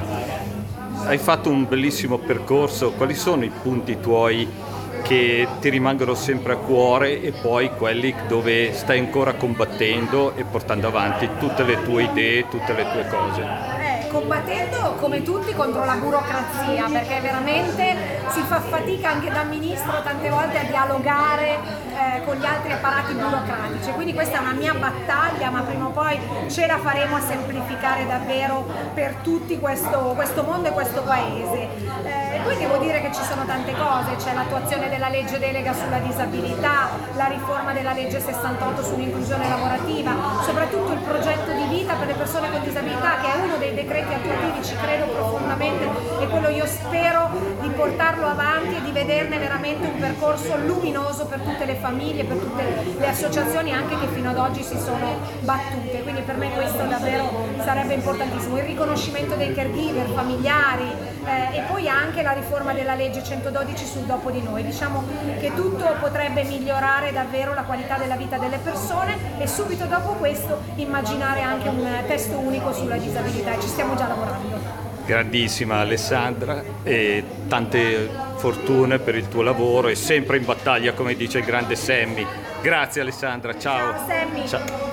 Hai fatto un bellissimo percorso, quali sono i punti tuoi che ti rimangono sempre a cuore e poi quelli dove stai ancora combattendo e portando avanti tutte le tue idee, tutte le tue cose? Eh, combattendo come tutti contro la burocrazia, perché veramente si fa fatica anche da ministro tante volte a dialogare eh, con gli altri apparati burocratici, quindi questa è una mia battaglia, ma prima o poi ce la faremo a semplificare davvero per tutti questo, questo mondo e questo paese. Eh, poi devo dire che ci sono tante cose, c'è l'attuazione della legge delega sulla disabilità, la riforma della legge sessantotto sull'inclusione lavorativa, soprattutto il progetto di vita per le persone con disabilità, che è uno dei decreti attuativi, ci credo profondamente, e quello io spero di portarlo avanti e di vederne veramente un percorso luminoso per tutte le famiglie, per tutte le associazioni anche che fino ad oggi si sono battute, quindi per me questo davvero sarebbe importantissimo, il riconoscimento dei caregiver familiari eh, e poi anche la riforma della legge centododici sul dopo di noi. Diciamo che tutto potrebbe migliorare davvero la qualità della vita delle persone e subito dopo questo immaginare anche un testo unico sulla disabilità, e ci stiamo già lavorando. Grandissima Alessandra e tante fortune per il tuo lavoro e sempre in battaglia, come dice il grande Sammy. Grazie Alessandra, ciao. Ciao Sammy. Ciao.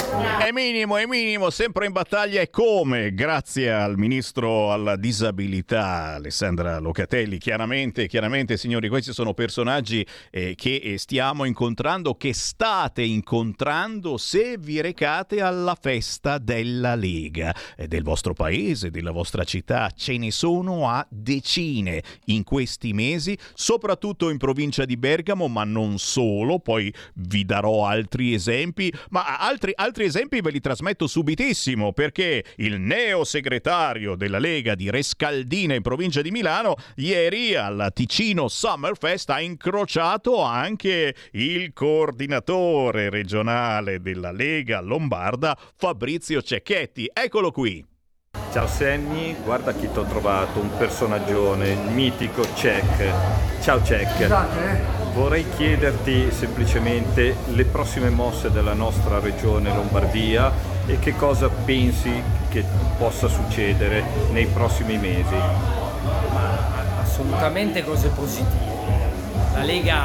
È minimo, è minimo, sempre in battaglia e come, grazie al ministro alla disabilità Alessandra Locatelli. Chiaramente, chiaramente signori, questi sono personaggi eh, che stiamo incontrando, che state incontrando se vi recate alla festa della Lega eh, del vostro paese, della vostra città. Ce ne sono a decine in questi mesi, soprattutto in provincia di Bergamo, ma non solo, poi vi darò altri esempi, ma altri, altri esempi ve li trasmetto subitissimo, perché il neo segretario della Lega di Rescaldina in provincia di Milano ieri al Ticino Summerfest ha incrociato anche il coordinatore regionale della Lega Lombarda, Fabrizio Cecchetti. Eccolo qui. Ciao Sammy, guarda chi ti ho trovato, un personaggione, il mitico Cech. Ciao Cech. Scusate, Vorrei chiederti semplicemente le prossime mosse della nostra regione Lombardia e che cosa pensi che possa succedere nei prossimi mesi. assolutamente cose positive. La Lega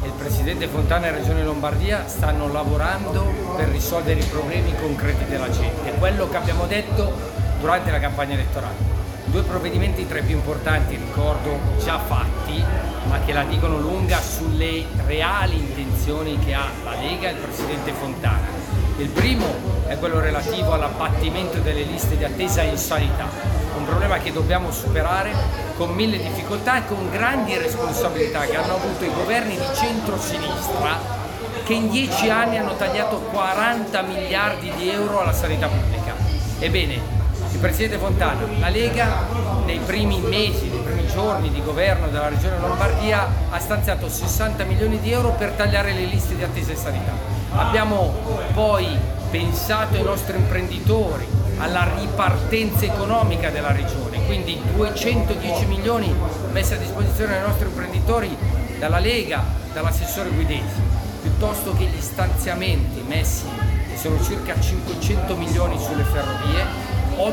e il Presidente Fontana e Regione Lombardia stanno lavorando per risolvere i problemi concreti della gente, quello che abbiamo detto durante la campagna elettorale. Due provvedimenti tra i più importanti, ricordo, già fatti, ma che la dicono lunga sulle reali intenzioni che ha la Lega e il Presidente Fontana. Il primo è quello relativo all'abbattimento delle liste di attesa in sanità, un problema che dobbiamo superare con mille difficoltà e con grandi responsabilità che hanno avuto i governi di centro-sinistra, che in dieci anni hanno tagliato quaranta miliardi di euro alla sanità pubblica. Ebbene, il Presidente Fontana, la Lega, nei primi mesi, nei primi giorni di governo della Regione Lombardia ha stanziato sessanta milioni di euro per tagliare le liste di attesa in sanità. Abbiamo poi pensato ai nostri imprenditori, alla ripartenza economica della Regione, quindi duecentodieci milioni messi a disposizione dei nostri imprenditori dalla Lega, dall'assessore Guidesi, piuttosto che gli stanziamenti messi, che sono circa cinquecento milioni sulle ferrovie,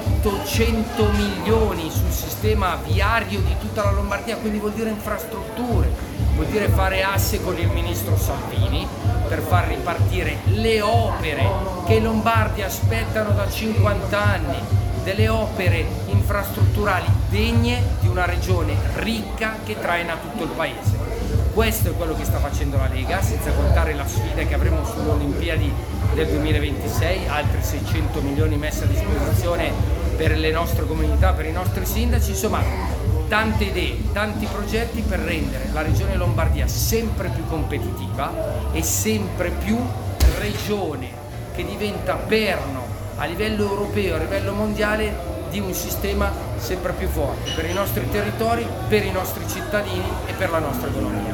ottocento milioni sul sistema viario di tutta la Lombardia, quindi vuol dire infrastrutture, vuol dire fare asse con il ministro Salvini per far ripartire le opere che i lombardi aspettano da cinquanta anni, delle opere infrastrutturali degne di una regione ricca che traina tutto il paese. Questo è quello che sta facendo la Lega, senza contare la sfida che avremo sulle Olimpiadi del duemilaventisei, altri seicento milioni messi a disposizione per le nostre comunità, per i nostri sindaci, insomma tante idee, tanti progetti per rendere la regione Lombardia sempre più competitiva e sempre più regione che diventa perno a livello europeo, a livello mondiale di un sistema sempre più forte per i nostri territori, per i nostri cittadini e per la nostra economia.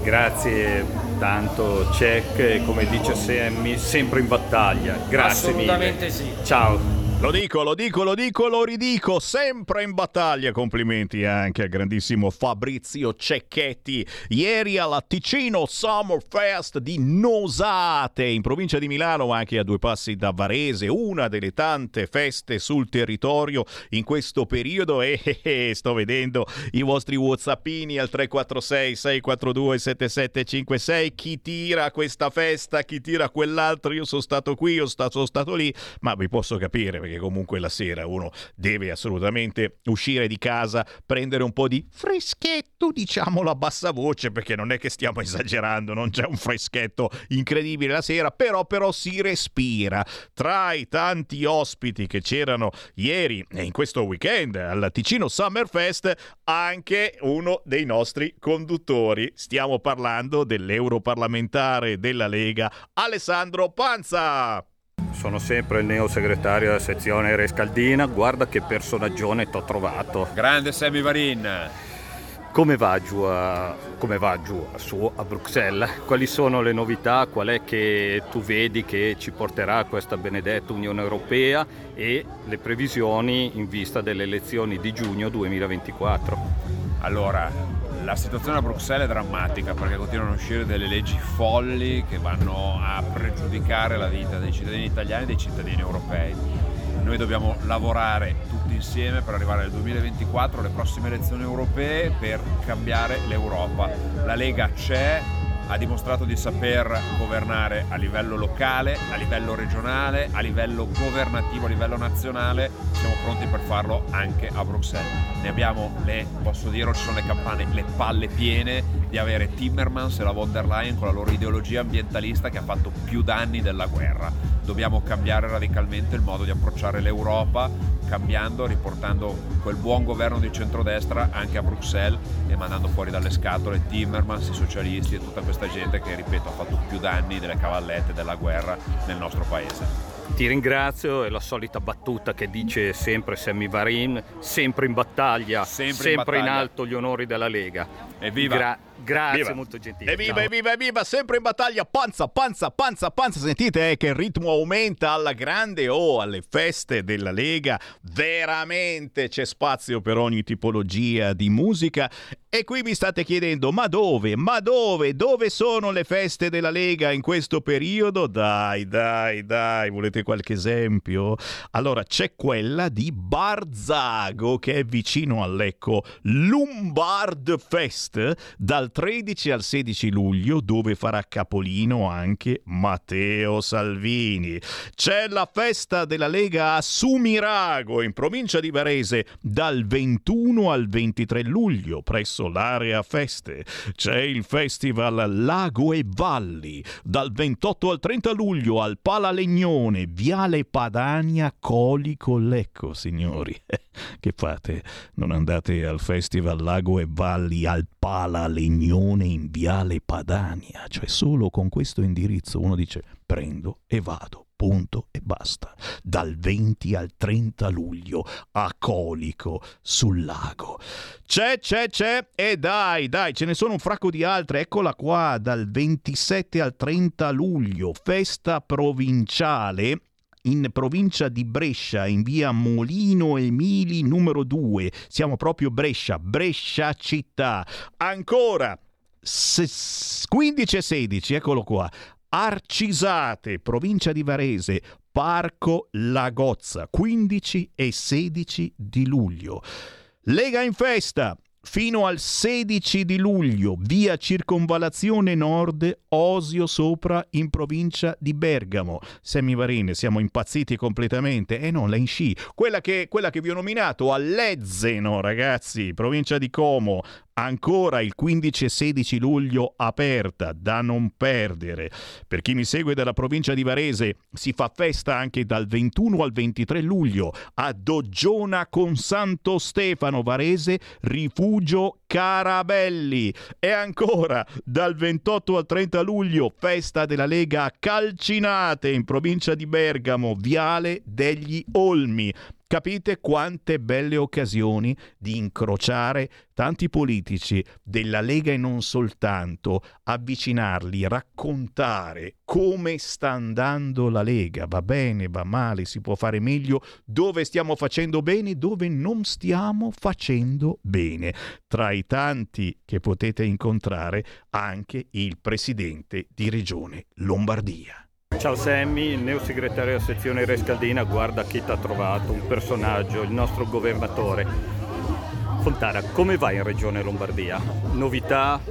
Grazie tanto Cech, e come dice Sammy, sempre in battaglia. Grazie Assolutamente mille. Sì. Ciao. Lo dico, lo dico, lo dico, lo ridico, sempre in battaglia. Complimenti anche al grandissimo Fabrizio Cecchetti. Ieri alla Ticino Summer Fest di Nosate, in provincia di Milano, ma anche a due passi da Varese, una delle tante feste sul territorio in questo periodo. E eh, eh, sto vedendo i vostri whatsappini al tre quattro sei sei quattro due sette sette cinque sei. Chi tira questa festa, chi tira quell'altro. Io sono stato qui, io sono stato lì, ma vi posso capire, perché comunque la sera uno deve assolutamente uscire di casa, prendere un po' di freschetto, diciamolo a bassa voce, perché non è che stiamo esagerando, non c'è un freschetto incredibile la sera, però però si respira. Tra i tanti ospiti che c'erano ieri e in questo weekend al Ticino Summer Fest, anche uno dei nostri conduttori. Stiamo parlando dell'europarlamentare della Lega, Alessandro Panza. Sono sempre il neosegretario della sezione Rescaldina. Guarda che personaggione t'ho trovato. Grande Sammy Varin. Come va giù a, come va giù su a Bruxelles? Quali sono le novità? Qual è che tu vedi che ci porterà a questa benedetta Unione Europea e le previsioni in vista delle elezioni di giugno duemilaventiquattro? Allora, la situazione a Bruxelles è drammatica perché continuano a uscire delle leggi folli che vanno a pregiudicare la vita dei cittadini italiani e dei cittadini europei. Noi dobbiamo lavorare tutti insieme per arrivare al duemilaventiquattro, alle prossime elezioni europee, per cambiare l'Europa. La Lega c'è, ha dimostrato di saper governare a livello locale, a livello regionale, a livello governativo, a livello nazionale. Siamo pronti per farlo anche a Bruxelles. Ne abbiamo, le, posso dire, ci sono le campane, le palle piene di avere Timmermans e la von der Leyen con la loro ideologia ambientalista che ha fatto più danni della guerra. Dobbiamo cambiare radicalmente il modo di approcciare l'Europa, cambiando, riportando quel buon governo di centrodestra anche a Bruxelles e mandando fuori dalle scatole Timmermans, i socialisti e tutta questa gente che, ripeto, ha fatto più danni delle cavallette della guerra nel nostro paese. Ti ringrazio, è la solita battuta che dice sempre Sammy Varin, sempre in battaglia, sempre, sempre in, in alto gli onori della Lega. Evviva! Gra- grazie, Viva. molto gentile. Evviva, Ciao. evviva, evviva, sempre in battaglia, panza, panza, panza, panza. Sentite eh, che il ritmo aumenta alla grande o oh, alle feste della Lega. Veramente c'è spazio per ogni tipologia di musica. E qui vi state chiedendo, ma dove, ma dove, dove sono le feste della Lega in questo periodo? Dai, dai, dai, volete qualche esempio? Allora, c'è quella di Barzago, che è vicino a Lecco, Lombard Fest, dal dal tredici al sedici luglio, dove farà capolino anche Matteo Salvini. C'è la festa della Lega a Sumirago, in provincia di Varese, dal ventuno al ventitré luglio, presso l'area feste. C'è il Festival Lago e Valli, dal ventotto al trenta luglio al Palalegnone, Viale Padania, Colico, Lecco, signori. Che fate? Non andate al Festival Lago e Valli al Palalegnone in Viale Padania? Cioè solo con questo indirizzo uno dice prendo e vado, punto e basta. Dal venti al trenta luglio a Colico sul lago. C'è, c'è, c'è e dai, dai, ce ne sono un fracco di altre. Eccola qua, dal ventisette al trenta luglio, festa provinciale in provincia di Brescia, in via Molino Emili numero due. Siamo proprio Brescia, Brescia città. Ancora quindici e sedici, eccolo qua, Arcisate, provincia di Varese, Parco Lagozza, quindici e sedici di luglio. Lega in festa fino al sedici di luglio, via Circonvallazione Nord, Osio Sopra, in provincia di Bergamo. Semivarine, siamo impazziti completamente. Eh no, la in sci, quella che, quella che vi ho nominato, a Lezzeno, ragazzi, provincia di Como. Ancora il quindici e sedici luglio aperta, da non perdere. Per chi mi segue dalla provincia di Varese, si fa festa anche dal ventuno al ventitré luglio a Doggiona con Santo Stefano, Varese, Rifugio Carabelli. E ancora dal ventotto al trenta luglio, festa della Lega a Calcinate, in provincia di Bergamo, Viale degli Olmi. Capite quante belle occasioni di incrociare tanti politici della Lega e non soltanto, avvicinarli, raccontare come sta andando la Lega, va bene, va male, si può fare meglio, dove stiamo facendo bene, dove non stiamo facendo bene. Tra i tanti che potete incontrare anche il presidente di Regione Lombardia. Ciao Sammy, il neo segretario della sezione Rescaldina, guarda chi t'ha trovato, un personaggio, il nostro governatore. Fontana, come va in Regione Lombardia? Novità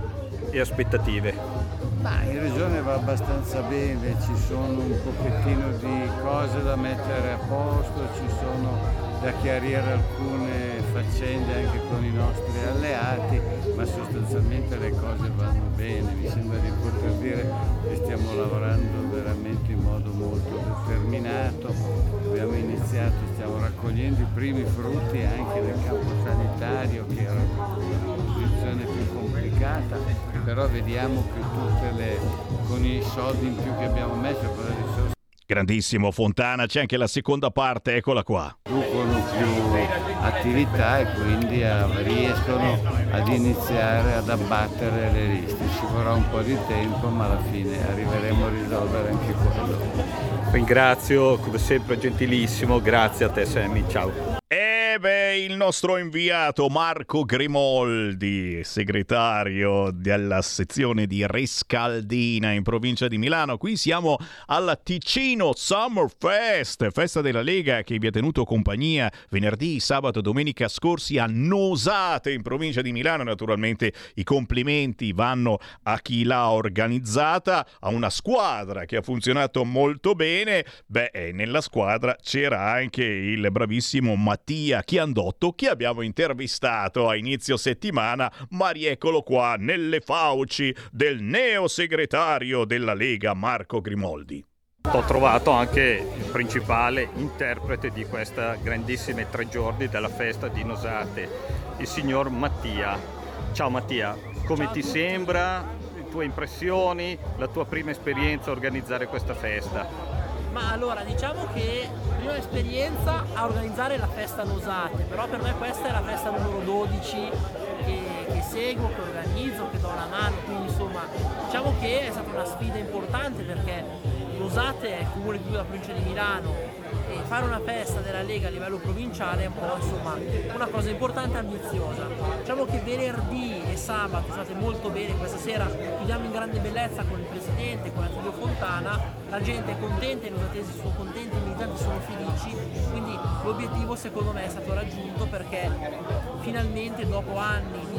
e aspettative? Ma in Regione va abbastanza bene, ci sono un pochettino di cose da mettere a posto, ci sono da chiarire alcune faccende anche con i nostri alleati, ma sostanzialmente le cose vanno bene. Mi sembra di poter dire che stiamo lavorando veramente in modo molto determinato. Abbiamo iniziato, stiamo raccogliendo i primi frutti anche nel campo sanitario, che era una posizione più complicata, però vediamo che tutte le, con i soldi in più che abbiamo messo, con le risorse. Grandissimo Fontana, c'è anche la seconda parte, eccola qua. Producono più attività e quindi a, riescono ad iniziare ad abbattere le liste. Ci vorrà un po' di tempo, ma alla fine arriveremo a risolvere anche quello. Ringrazio, come sempre gentilissimo, grazie a te Sammy, ciao. E beh, il nostro inviato Marco Grimoldi, segretario della sezione di Rescaldina in provincia di Milano. Qui siamo alla Ticino Summer Fest, festa della Lega che vi ha tenuto compagnia venerdì, sabato e domenica scorsi a Nosate in provincia di Milano. Naturalmente i complimenti vanno a chi l'ha organizzata, a una squadra che ha funzionato molto bene. Beh, nella squadra c'era anche il bravissimo Mattia Chiandotto, che abbiamo intervistato a inizio settimana, ma rieccolo qua nelle fauci del neo segretario della Lega Marco Grimoldi. Ho trovato anche il principale interprete di questa grandissime tre giorni della festa di Nosate, il signor Mattia. Ciao Mattia, come Ciao ti sembra, le tue impressioni, la tua prima esperienza a organizzare questa festa? Ma allora, diciamo che prima esperienza a organizzare la festa Nosate, però per me questa è la festa numero dodici che, che seguo, che organizzo, che do la mano, quindi insomma diciamo che è stata una sfida importante perché Nosate è il comune più della provincia di Milano e fare una festa della Lega a livello provinciale è un po' insomma una cosa importante e ambiziosa. Diciamo che venerdì e sabato state molto bene, questa sera chiudiamo in grande bellezza con il presidente, con Attilio Fontana, la gente è contenta, i nosatesi sono contenti, i militanti sono felici, quindi l'obiettivo secondo me è stato raggiunto perché finalmente dopo anni di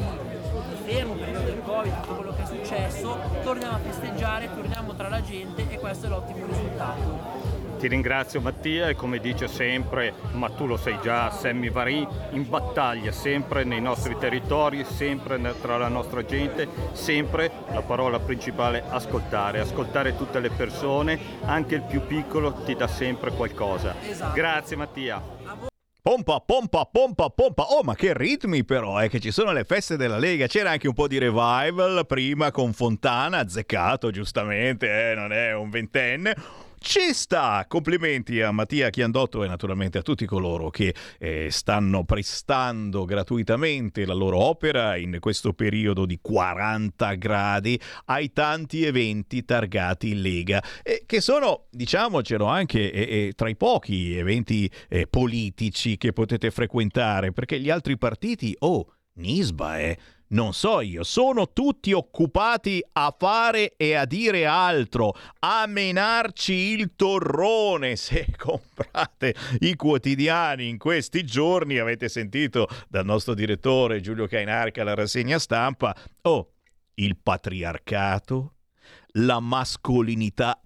di fermo, periodo del Covid, tutto quello che è successo, torniamo a festeggiare, torniamo tra la gente e questo è l'ottimo risultato. Ti ringrazio Mattia e come dice sempre, ma tu lo sai già, Sammy Varin in battaglia sempre nei nostri territori, sempre tra la nostra gente, sempre la parola principale ascoltare, ascoltare tutte le persone, anche il più piccolo ti dà sempre qualcosa. Esatto. Grazie Mattia. Pompa, pompa, pompa, pompa. Oh, ma che ritmi però, è eh, che ci sono le feste della Lega. C'era anche un po' di revival prima con Fontana, azzeccato giustamente, eh, non è un ventenne. Ci sta! Complimenti a Mattia Chiandotto e naturalmente a tutti coloro che eh, stanno prestando gratuitamente la loro opera in questo periodo di quaranta gradi ai tanti eventi targati Lega, eh, che sono, diciamocelo, anche eh, eh, tra i pochi eventi eh, politici che potete frequentare, perché gli altri partiti, oh, Nisba, eh, non so io, sono tutti occupati a fare e a dire altro, a menarci il torrone. Se comprate i quotidiani in questi giorni, avete sentito dal nostro direttore Giulio Cainarca la rassegna stampa, oh, il patriarcato, la mascolinità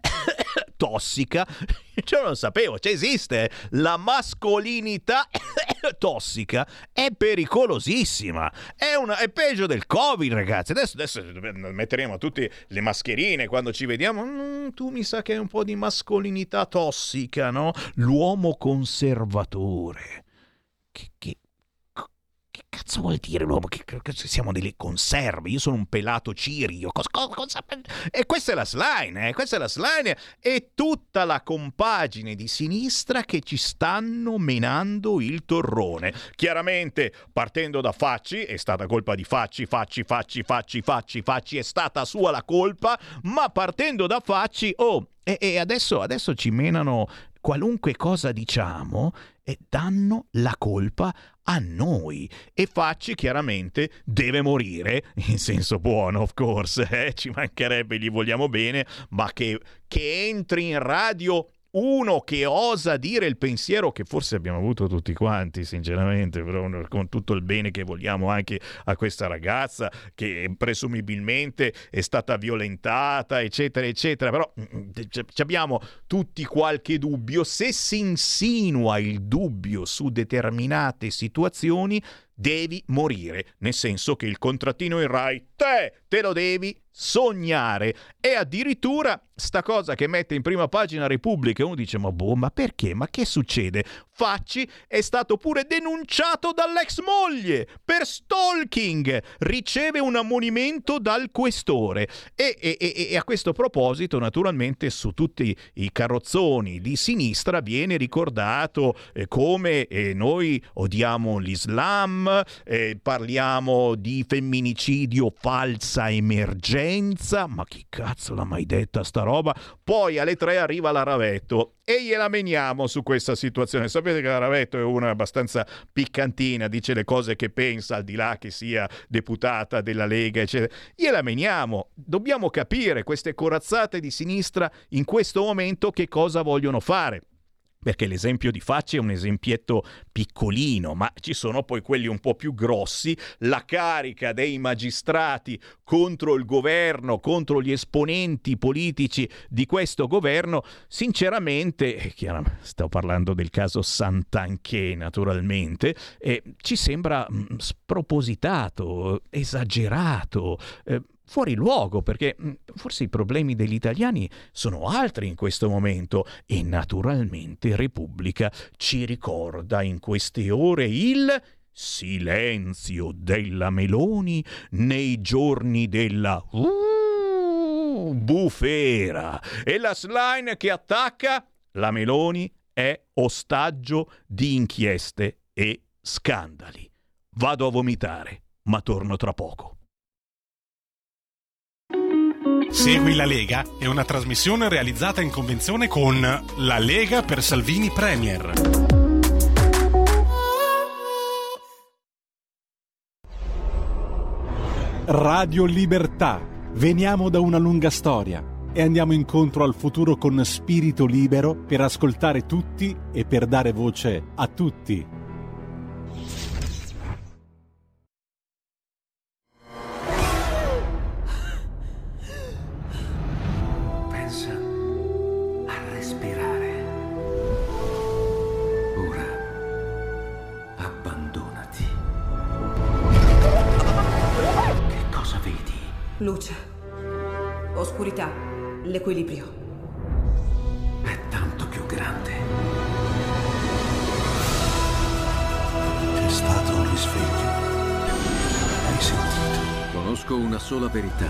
tossica, cioè non sapevo, cioè esiste, la mascolinità tossica è pericolosissima, è, una, è peggio del Covid, ragazzi. Adesso, adesso metteremo tutte le mascherine quando ci vediamo. Mm, tu mi sa che è un po' di mascolinità tossica, no? L'uomo conservatore. Che, che, che cazzo vuol dire l'uomo? Che, che, siamo delle conserve, io sono un pelato cirio. Cosa, cosa, e questa è la slime, eh? Questa è la slime e tutta la compagine di sinistra che ci stanno menando il torrone. Chiaramente partendo da Facci, è stata colpa di Facci, Facci, Facci, Facci, Facci, Facci, è stata sua la colpa, ma partendo da Facci, oh, e, e adesso, adesso ci menano qualunque cosa diciamo e danno la colpa a noi. E Facci chiaramente deve morire, in senso buono, of course, eh? Ci mancherebbe, gli vogliamo bene, ma che, che entri in radio uno che osa dire il pensiero che forse abbiamo avuto tutti quanti, sinceramente, però con tutto il bene che vogliamo anche a questa ragazza che presumibilmente è stata violentata, eccetera, eccetera, però abbiamo tutti qualche dubbio. Se si insinua il dubbio su determinate situazioni, devi morire, nel senso che il contrattino in Rai te, te lo devi sognare. E addirittura sta cosa che mette in prima pagina Repubblica, uno dice ma boh, ma perché? Ma che succede? Facci è stato pure denunciato dall'ex moglie per stalking, riceve un ammonimento dal questore e, e, e, e a questo proposito naturalmente su tutti i carrozzoni di sinistra viene ricordato eh, come eh, noi odiamo l'Islam, eh, parliamo di femminicidio, falsa emergenza, ma chi cazzo l'ha mai detta sta roba? Poi alle tre arriva la Ravetto e gliela meniamo su questa situazione. Sapete che la Ravetto è una abbastanza piccantina, dice le cose che pensa al di là che sia deputata della Lega, eccetera. Gliela meniamo. Dobbiamo capire queste corazzate di sinistra in questo momento che cosa vogliono fare. Perché l'esempio di Facci è un esempietto piccolino, ma ci sono poi quelli un po' più grossi, la carica dei magistrati contro il governo, contro gli esponenti politici di questo governo, sinceramente, chiaramente, sto parlando del caso Santanchè naturalmente, eh, ci sembra mh, spropositato, esagerato, eh, fuori luogo, perché forse i problemi degli italiani sono altri in questo momento e naturalmente Repubblica ci ricorda in queste ore il silenzio della Meloni nei giorni della uh, bufera e la slime che attacca la Meloni è ostaggio di inchieste e scandali. Vado a vomitare, ma torno tra poco. Segui la Lega è una trasmissione realizzata in convenzione con La Lega per Salvini Premier. Radio Libertà. Veniamo da una lunga storia e andiamo incontro al futuro con spirito libero per ascoltare tutti e per dare voce a tutti. Luce, oscurità, l'equilibrio. È tanto più grande. C'è stato un risveglio. Hai sentito? Conosco una sola verità.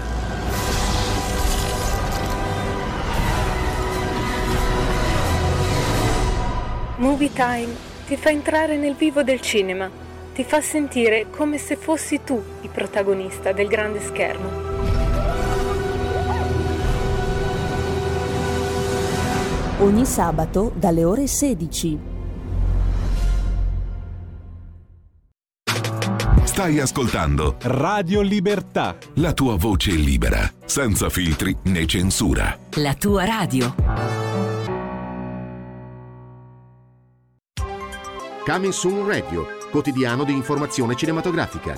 Movie Time ti fa entrare nel vivo del cinema, ti fa sentire come se fossi tu il protagonista del grande schermo. Ogni sabato dalle ore sedici. Stai ascoltando Radio Libertà. La tua voce libera, senza filtri né censura. La tua radio. Coming Soon Radio, quotidiano di informazione cinematografica.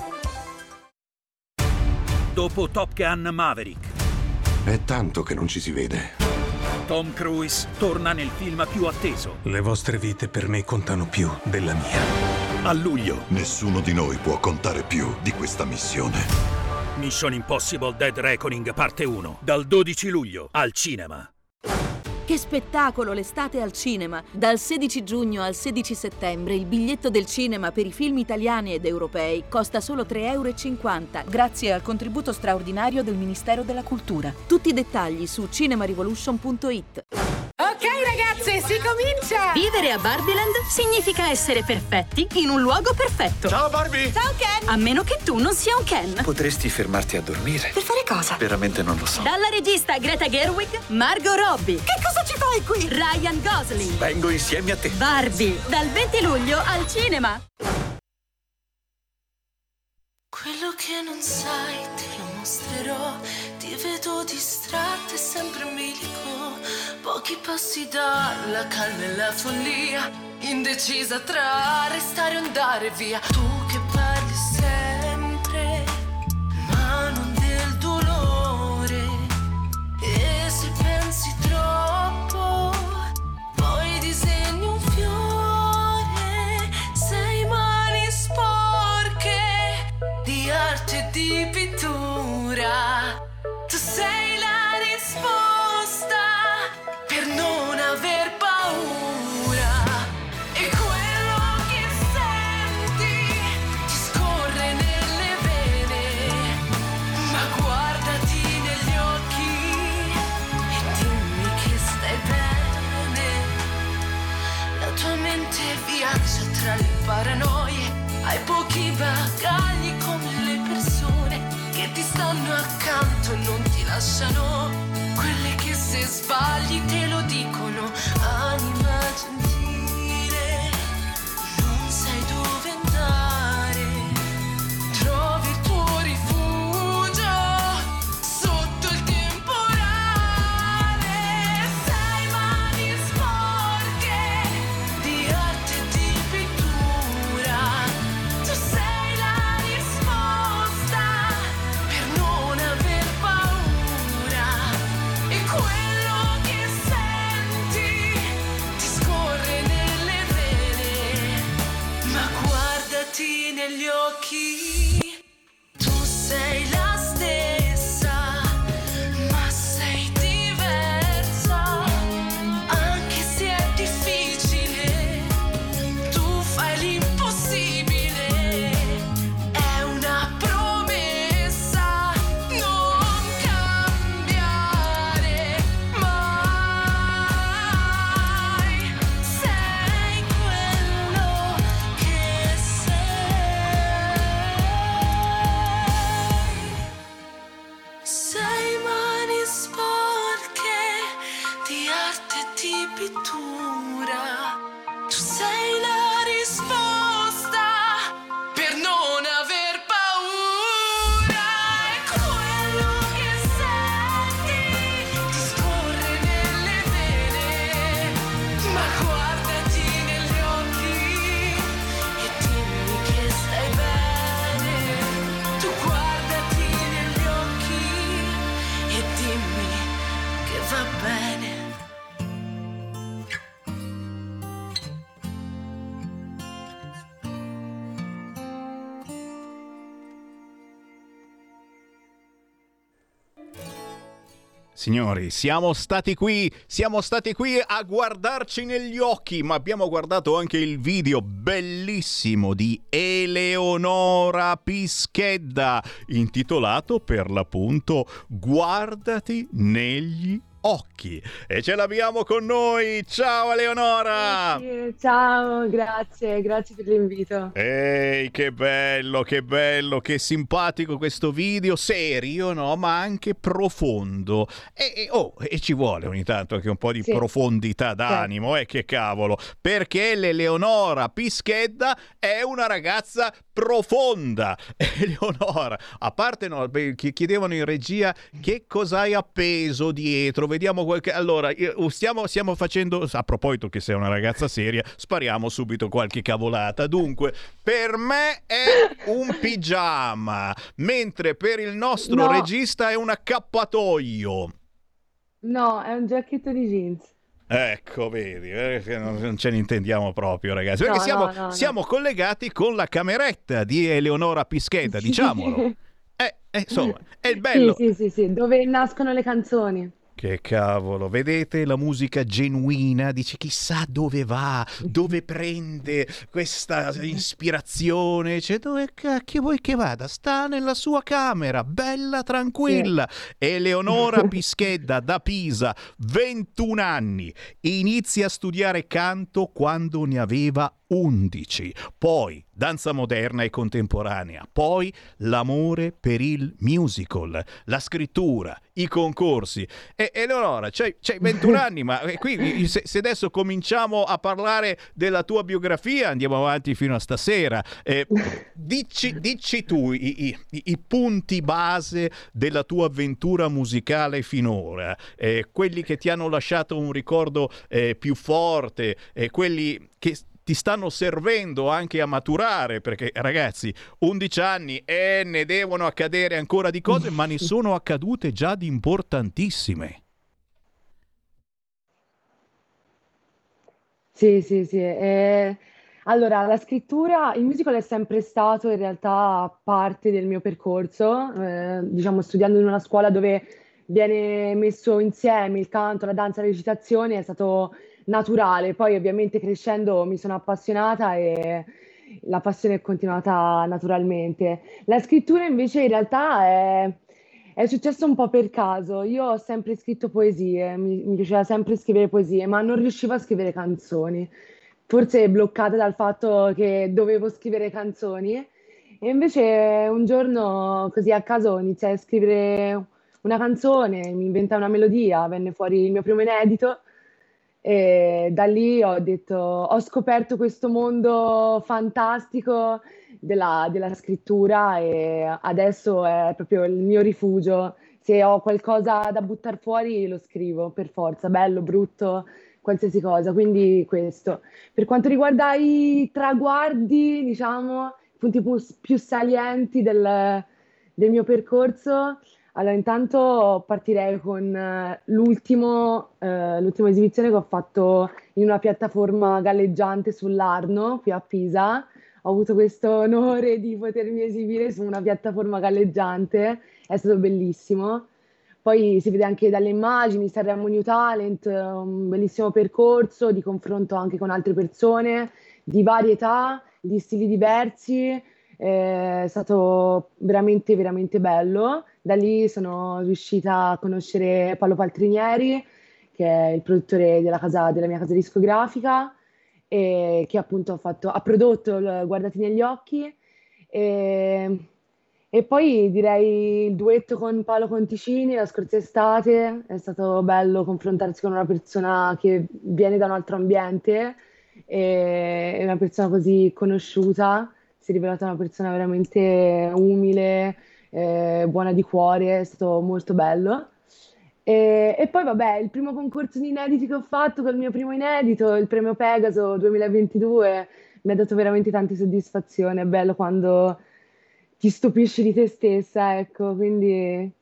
Dopo Top Gun Maverick, È tanto che non ci si vede. Tom Cruise torna nel film più atteso. Le vostre vite per me contano più della mia. A luglio, Nessuno di noi può contare più di questa missione. Mission Impossible Dead Reckoning parte uno, dal dodici luglio al cinema. Che spettacolo l'estate al cinema! Dal sedici giugno al sedici settembre il biglietto del cinema per i film italiani ed europei costa solo tre e cinquanta euro grazie al contributo straordinario del Ministero della Cultura. Tutti i dettagli su cinemarevolution punto it. Ok ragazze, si comincia! Vivere a Barbieland significa essere perfetti in un luogo perfetto. Ciao Barbie! Ciao Ken! A meno che tu non sia un Ken. Potresti fermarti a dormire? Per fare cosa? Veramente non lo so. Dalla regista Greta Gerwig, Margot Robbie. Che cosa ci fai qui? Ryan Gosling. Vengo insieme a te. Barbie, dal venti luglio al cinema. Quello che non sai te lo mostrerò. Ti vedo distratta e sempre in bilico. Pochi passi dalla calma e la follia, indecisa tra restare o andare via. Tu che parli sempre, ma non del dolore. E se pensi troppo, poi disegni un fiore. Sei mani sporche di arte e di pittura. Tu sei la risposta per non aver paura. E quello che senti ti scorre nelle vene. Ma guardati negli occhi e dimmi che stai bene. La tua mente viaggia tra le paranoie. Hai pochi bagagli come le persone che ti stanno accanto e non ti lasciano, quelle che se sbagli te lo dicono. Anima gentile, non sai dove andare, trovi il tuo rifugio sotto il temporale. Sei mani sporche di arte e di pittura. Tu sei la risposta per non aver paura. E quello che senti ti scorre nelle vene. Ma guardati negli occhi. Tu sei la stessa, ma sei diversa. Anche se è difficile, tu fai l'impossibile. È una promessa, non cambiare mai. Sei quello che sei. Sei mani sporche di arte e di pittura. Tu sei la risposta per non aver paura. E quello che senti ti scorre nelle vene. Ma guardati negli occhi e dimmi che stai bene. Tu guardati negli occhi e dimmi che va bene. Signori, siamo stati qui, siamo stati qui a guardarci negli occhi, ma abbiamo guardato anche il video bellissimo di Eleonora Pischedda, intitolato per l'appunto Guardati negli occhi. E ce l'abbiamo con noi. Ciao Eleonora! Sì, ciao, grazie, grazie per l'invito. Ehi, che bello, che bello, che simpatico questo video, serio, no? Ma anche profondo. E, e, oh, e ci vuole ogni tanto anche un po' di Sì. profondità d'animo, eh, che cavolo. Perché l'Eleonora Pischedda è una ragazza profonda. Eleonora, a parte no, beh, chi- chiedevano in regia che cosa hai appeso dietro, vediamo qualche... Allora, io- stiamo, stiamo facendo, a proposito che sei una ragazza seria, spariamo subito qualche cavolata. Dunque, per me è un pigiama, mentre per il nostro No. regista è un accappatoio. No, è un giacchetto di jeans. Ecco, vedi, eh, che non non ce ne intendiamo proprio, ragazzi. Perché No, siamo, no, no, no. siamo collegati con la cameretta di Eleonora Pischedda, diciamolo. Eh, eh, insomma, è il bello. Sì, sì, sì, sì, dove nascono le canzoni. Che cavolo, vedete la musica genuina, dice chissà dove va, dove prende questa ispirazione, cioè dove cacchio vuoi che vada? Sta nella sua camera, bella tranquilla. Eleonora Pischedda da Pisa, ventuno anni, inizia a studiare canto quando ne aveva undici, poi danza moderna e contemporanea, poi l'amore per il musical, la scrittura, i concorsi. E Eleonora, c'hai, c'hai ventuno anni, ma qui se, se adesso cominciamo a parlare della tua biografia andiamo avanti fino a stasera. Eh, dici, dici tu i, i, i punti base della tua avventura musicale finora, eh, quelli che ti hanno lasciato un ricordo eh, più forte, eh, quelli che ti stanno servendo anche a maturare, perché ragazzi, undici anni e ne devono accadere ancora di cose, ma ne sono accadute già di importantissime. Sì, sì, sì. eh, Allora, la scrittura, il musical è sempre stato in realtà parte del mio percorso, eh, diciamo studiando in una scuola dove viene messo insieme il canto, la danza, la recitazione, è stato naturale. Poi ovviamente crescendo mi sono appassionata e la passione è continuata naturalmente. La scrittura invece in realtà è, è successo un po' per caso. Io ho sempre scritto poesie, mi, mi piaceva sempre scrivere poesie, ma non riuscivo a scrivere canzoni. Forse bloccata dal fatto che dovevo scrivere canzoni. E invece un giorno così a caso iniziai a scrivere una canzone, mi inventai una melodia, venne fuori il mio primo inedito. E da lì ho detto, ho scoperto questo mondo fantastico della, della scrittura e adesso è proprio il mio rifugio. Se ho qualcosa da buttare fuori lo scrivo per forza, bello, brutto, qualsiasi cosa. Quindi questo. Per quanto riguarda i traguardi, diciamo, i punti più, più salienti del, del mio percorso, allora, intanto partirei con eh, l'ultimo, eh, l'ultima esibizione che ho fatto in una piattaforma galleggiante sull'Arno, qui a Pisa. Ho avuto questo onore di potermi esibire su una piattaforma galleggiante, è stato bellissimo. Poi si vede anche dalle immagini, Sanremo New Talent, un bellissimo percorso di confronto anche con altre persone, di varietà, di stili diversi. È stato veramente, veramente bello. Da lì sono riuscita a conoscere Paolo Paltrinieri, che è il produttore della, casa, della mia casa discografica, e che appunto ha, fatto, ha prodotto il Guardati negli occhi. E, e poi direi il duetto con Paolo Conticini la scorsa estate. È stato bello confrontarsi con una persona che viene da un altro ambiente, e una persona così conosciuta. Si è rivelata una persona veramente umile, eh, buona di cuore, è stato molto bello. E, e poi vabbè, il primo concorso di inediti che ho fatto, col mio primo inedito, il premio Pegaso duemilaventidue, mi ha dato veramente tante soddisfazioni. È bello quando ti stupisci di te stessa, ecco, quindi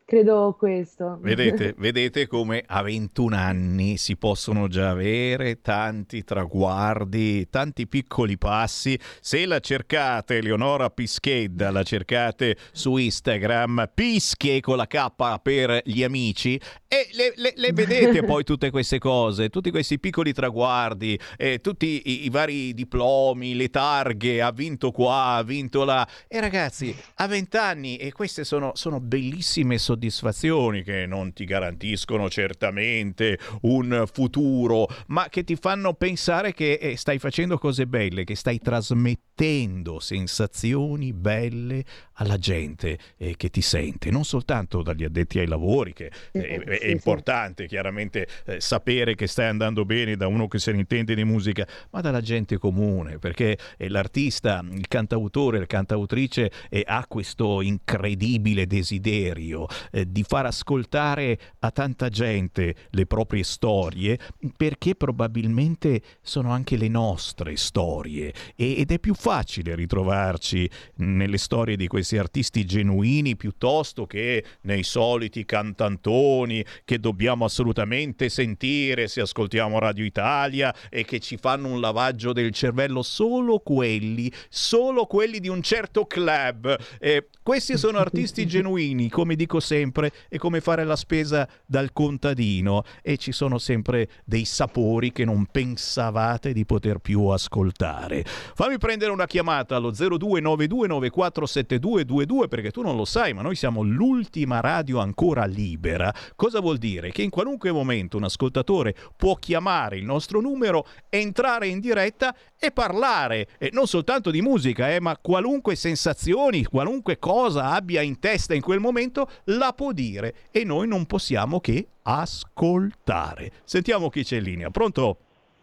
credo questo. Vedete, vedete come a ventuno anni si possono già avere tanti traguardi, tanti piccoli passi. Se la cercate, Eleonora Pischedda, la cercate su Instagram, Pische con la K per gli amici, e le, le, le vedete poi tutte queste cose, tutti questi piccoli traguardi, eh, tutti i, i vari diplomi, le targhe, ha vinto qua, ha vinto là. E ragazzi, a vent'anni, e queste sono, sono bellissime soddisfazioni soddisfazioni che non ti garantiscono certamente un futuro, ma che ti fanno pensare che eh, stai facendo cose belle, che stai trasmettendo sensazioni belle alla gente eh, che ti sente, non soltanto dagli addetti ai lavori, che eh, è, è sì, importante sì. chiaramente eh, sapere che stai andando bene da uno che se ne intende di musica, ma dalla gente comune, perché eh, l'artista, il cantautore, la cantautrice eh, ha questo incredibile desiderio Eh, di far ascoltare a tanta gente le proprie storie, perché probabilmente sono anche le nostre storie, e, ed è più facile ritrovarci nelle storie di questi artisti genuini piuttosto che nei soliti cantantoni che dobbiamo assolutamente sentire se ascoltiamo Radio Italia e che ci fanno un lavaggio del cervello. Solo quelli, solo quelli di un certo club. Eh, questi sono artisti genuini, come dico sempre, è come fare la spesa dal contadino, e ci sono sempre dei sapori che non pensavate di poter più ascoltare. Fammi prendere una chiamata allo zero due nove due nove quattro sette due due due, perché tu non lo sai, ma noi siamo l'ultima radio ancora libera. Cosa vuol dire? Che in qualunque momento un ascoltatore può chiamare il nostro numero, entrare in diretta e parlare, e non soltanto di musica, eh, ma qualunque sensazioni, qualunque cosa abbia in testa in quel momento la può dire, e noi non possiamo che ascoltare. Sentiamo chi c'è in linea. Pronto?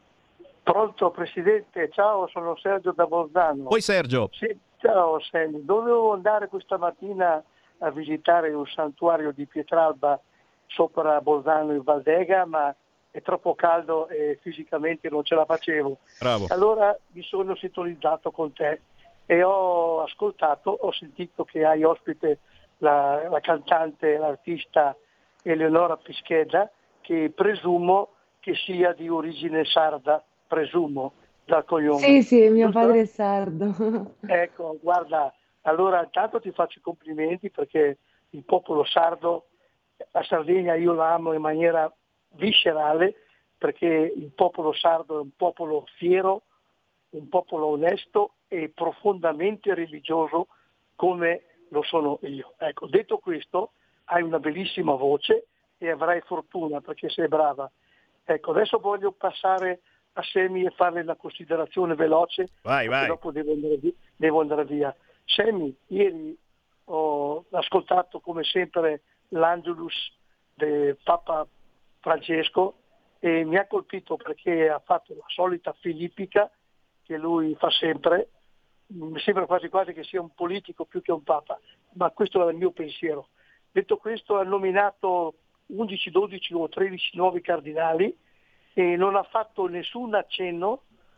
Pronto Presidente, ciao, sono Sergio da Bolzano. Poi Sergio. Sì, ciao Sergio, dovevo andare questa mattina a visitare un santuario di Pietralba sopra Bolzano in Valdega, ma è troppo caldo e fisicamente non ce la facevo. Bravo. Allora mi sono sintonizzato con te e ho ascoltato, ho sentito che hai ospite la, la cantante, l'artista Eleonora Pischedda, che presumo che sia di origine sarda, presumo, dal cognome. Sì, sì, mio Giusto? padre è sardo. Ecco, guarda, allora intanto ti faccio i complimenti, perché il popolo sardo, la Sardegna io la amo in maniera viscerale, perché il popolo sardo è un popolo fiero, un popolo onesto e profondamente religioso come lo sono io. Ecco, detto questo, hai una bellissima voce e avrai fortuna perché sei brava. Ecco, adesso voglio passare a Semi e farle una considerazione veloce. Vai, vai. Dopo devo andare via. Devo andare via. Semi, ieri ho ascoltato come sempre l'Angelus del Papa Francesco e mi ha colpito perché ha fatto la solita filippica che lui fa sempre. Mi sembra quasi quasi che sia un politico più che un papa, ma questo è il mio pensiero. Detto questo, ha nominato undici, dodici o tredici nuovi cardinali e non ha fatto nessun accenno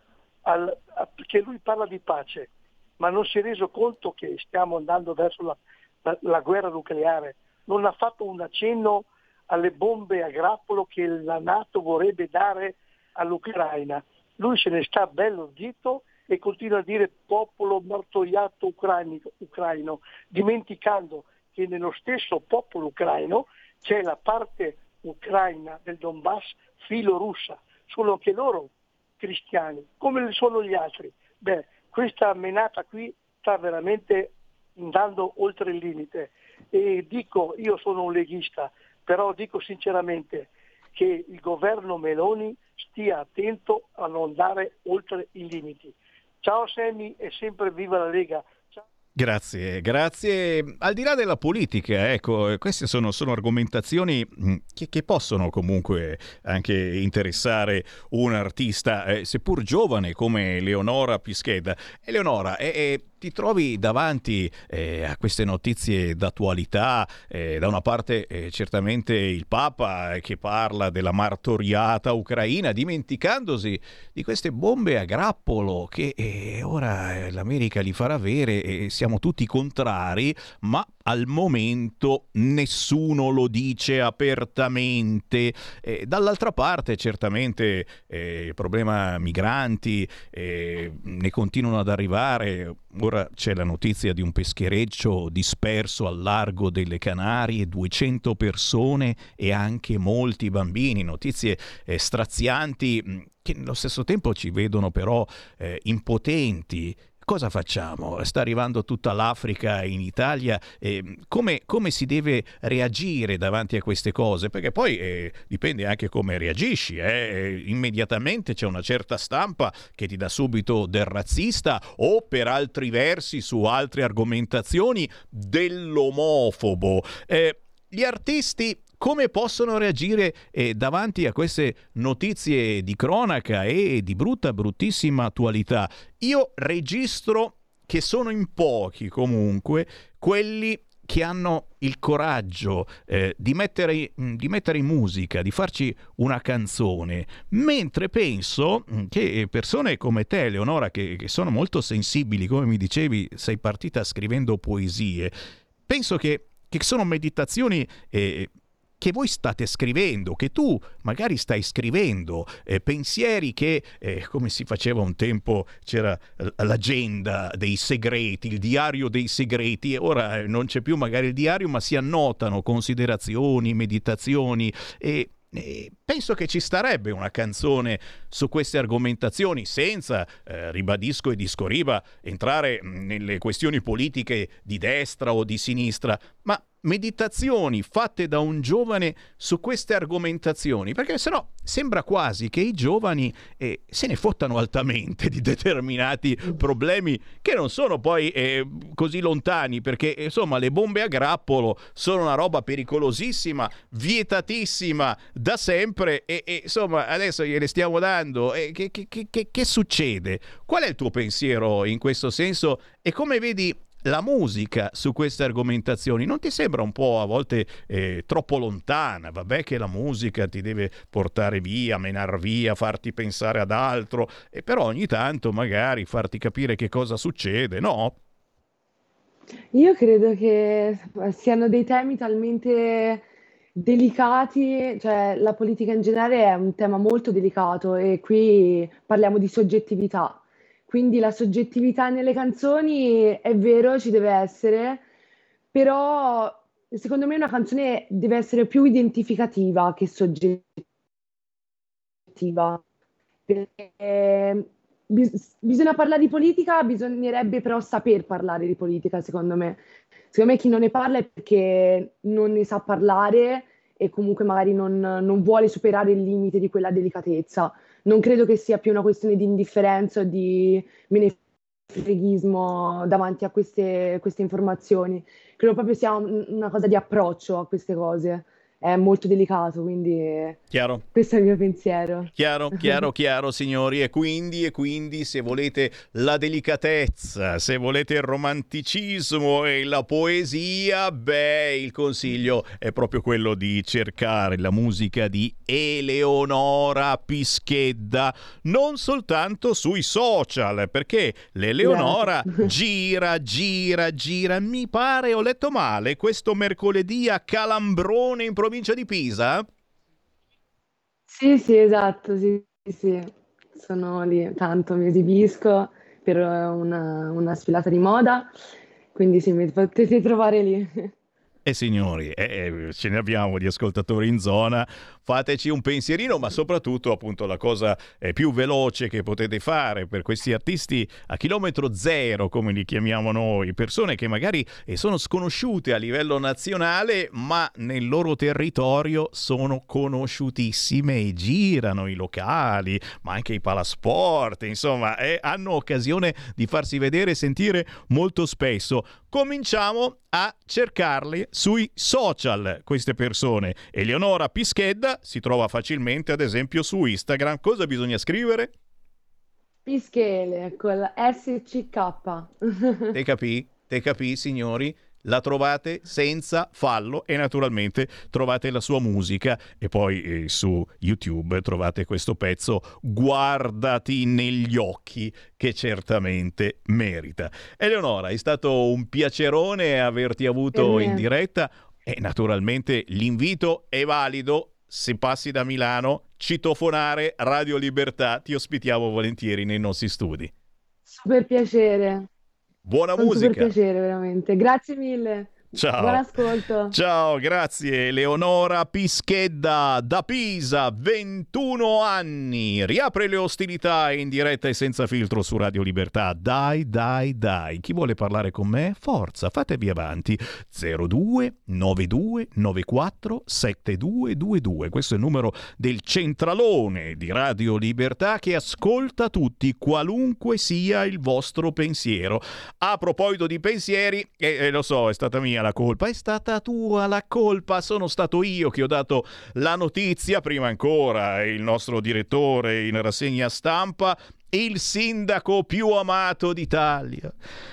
al, a, perché lui parla di pace, ma non si è reso conto che stiamo andando verso la, la, la guerra nucleare. Non ha fatto un accenno alle bombe a grappolo che la NATO vorrebbe dare all'Ucraina. Lui se ne sta bello zitto e continua a dire popolo martoriato ucraino, ucraino, dimenticando che nello stesso popolo ucraino c'è la parte ucraina del Donbass filorussa, sono anche loro cristiani, come sono gli altri. Beh, questa menata qui sta veramente andando oltre il limite e dico, io sono un leghista, però dico sinceramente che il governo Meloni stia attento a non andare oltre i limiti. Ciao Semi e sempre viva la Lega. Ciao. Grazie, grazie. Al di là della politica, ecco, queste sono, sono argomentazioni che, che possono comunque anche interessare un artista, eh, seppur giovane come Eleonora Pischedda. Eleonora, è... è ti trovi davanti eh, a queste notizie d'attualità, eh, da una parte eh, certamente il Papa che parla della martoriata Ucraina, dimenticandosi di queste bombe a grappolo che eh, ora l'America li farà avere e siamo tutti contrari, ma al momento nessuno lo dice apertamente. Eh, dall'altra parte certamente eh, il problema migranti eh, ne continuano ad arrivare. Ora c'è la notizia di un peschereccio disperso al largo delle Canarie, duecento persone e anche molti bambini, notizie eh, strazianti che nello stesso tempo ci vedono però eh, impotenti. Cosa facciamo? Sta arrivando tutta l'Africa in Italia. Eh, come, come si deve reagire davanti a queste cose? Perché poi eh, dipende anche come reagisci. Eh? Immediatamente c'è una certa stampa che ti dà subito del razzista o per altri versi su altre argomentazioni dell'omofobo. Eh, gli artisti come possono reagire eh, davanti a queste notizie di cronaca e di brutta, bruttissima attualità? Io registro che sono in pochi comunque quelli che hanno il coraggio eh, di, mettere, di mettere in musica, di farci una canzone, mentre penso che persone come te, Eleonora, che, che sono molto sensibili, come mi dicevi, sei partita scrivendo poesie, penso che, che sono meditazioni eh, che voi state scrivendo, che tu magari stai scrivendo, eh, pensieri che, eh, come si faceva un tempo, c'era l'agenda dei segreti, il diario dei segreti, e ora eh, non c'è più magari il diario, ma si annotano considerazioni, meditazioni, e E penso che ci starebbe una canzone su queste argomentazioni senza, eh, ribadisco e discoriba, entrare nelle questioni politiche di destra o di sinistra, ma meditazioni fatte da un giovane su queste argomentazioni, perché sennò sembra quasi che i giovani eh, se ne fottano altamente di determinati problemi che non sono poi eh, così lontani, perché insomma le bombe a grappolo sono una roba pericolosissima, vietatissima da sempre, e, e insomma adesso gliele stiamo dando. E che, che, che, che succede? Qual è il tuo pensiero in questo senso e come vedi la musica su queste argomentazioni? Non ti sembra un po' a volte eh, troppo lontana? Vabbè che la musica ti deve portare via, menar via, farti pensare ad altro, e però ogni tanto magari farti capire che cosa succede, no? Io credo che siano dei temi talmente delicati, cioè la politica in generale è un tema molto delicato e qui parliamo di soggettività. Quindi la soggettività nelle canzoni è vero, ci deve essere, però secondo me una canzone deve essere più identificativa che soggettiva. Perché bis- bisogna parlare di politica, bisognerebbe però saper parlare di politica, secondo me. Secondo me chi non ne parla è perché non ne sa parlare e comunque magari non, non vuole superare il limite di quella delicatezza. Non credo che sia più una questione di indifferenza o di menefreghismo davanti a queste, queste informazioni. Credo proprio sia un- una cosa di approccio a queste cose. È molto delicato, quindi Chiaro? questo è il mio pensiero. Chiaro, chiaro, chiaro, signori. E quindi, e quindi, se volete la delicatezza, se volete il romanticismo e la poesia, beh, il consiglio è proprio quello di cercare la musica di Eleonora Pischedda, non soltanto sui social, perché l'Eleonora gira, gira, gira. Mi pare, ho letto male, questo mercoledì a Calambrone in provincia di Pisa? Sì, sì, esatto, sì, sì. Sono lì, tanto mi esibisco per una, una sfilata di moda, quindi sì, mi potete trovare lì. E signori, eh, ce ne abbiamo di ascoltatori in zona, fateci un pensierino, ma soprattutto appunto la cosa eh, più veloce che potete fare per questi artisti a chilometro zero, come li chiamiamo noi, persone che magari eh, sono sconosciute a livello nazionale, ma nel loro territorio sono conosciutissime e girano i locali, ma anche i palasport, insomma, eh, hanno occasione di farsi vedere e sentire molto spesso. Cominciamo a cercarli sui social, queste persone. Eleonora Pischedda si trova facilmente, ad esempio, su Instagram. Cosa bisogna scrivere? Pischele con la S C K. Te capì? Te capì, signori? la trovate senza fallo e naturalmente trovate la sua musica e poi eh, su YouTube trovate questo pezzo Guardati negli occhi, che certamente merita. Eleonora, è stato un piacerone averti avuto in diretta e naturalmente l'invito è valido. Se passi da Milano, citofonare Radio Libertà, ti ospitiamo volentieri nei nostri studi. Super piacere. Buona Con musica. Super piacere, veramente. Grazie mille. Ciao. Buon ascolto. Ciao, grazie. Eleonora Pischedda da Pisa, ventuno anni. Riapre le ostilità in diretta e senza filtro su Radio Libertà. Dai, dai, dai. Chi vuole parlare con me? Forza, fatevi avanti. zero due nove due nove quattro sette due due due. Questo è il numero del centralone di Radio Libertà che ascolta tutti, qualunque sia il vostro pensiero. A proposito di pensieri, e eh, eh, lo so, è stata mia la colpa, è stata tua la colpa, sono stato io che ho dato la notizia, prima ancora il nostro direttore in rassegna stampa, il sindaco più amato d'Italia.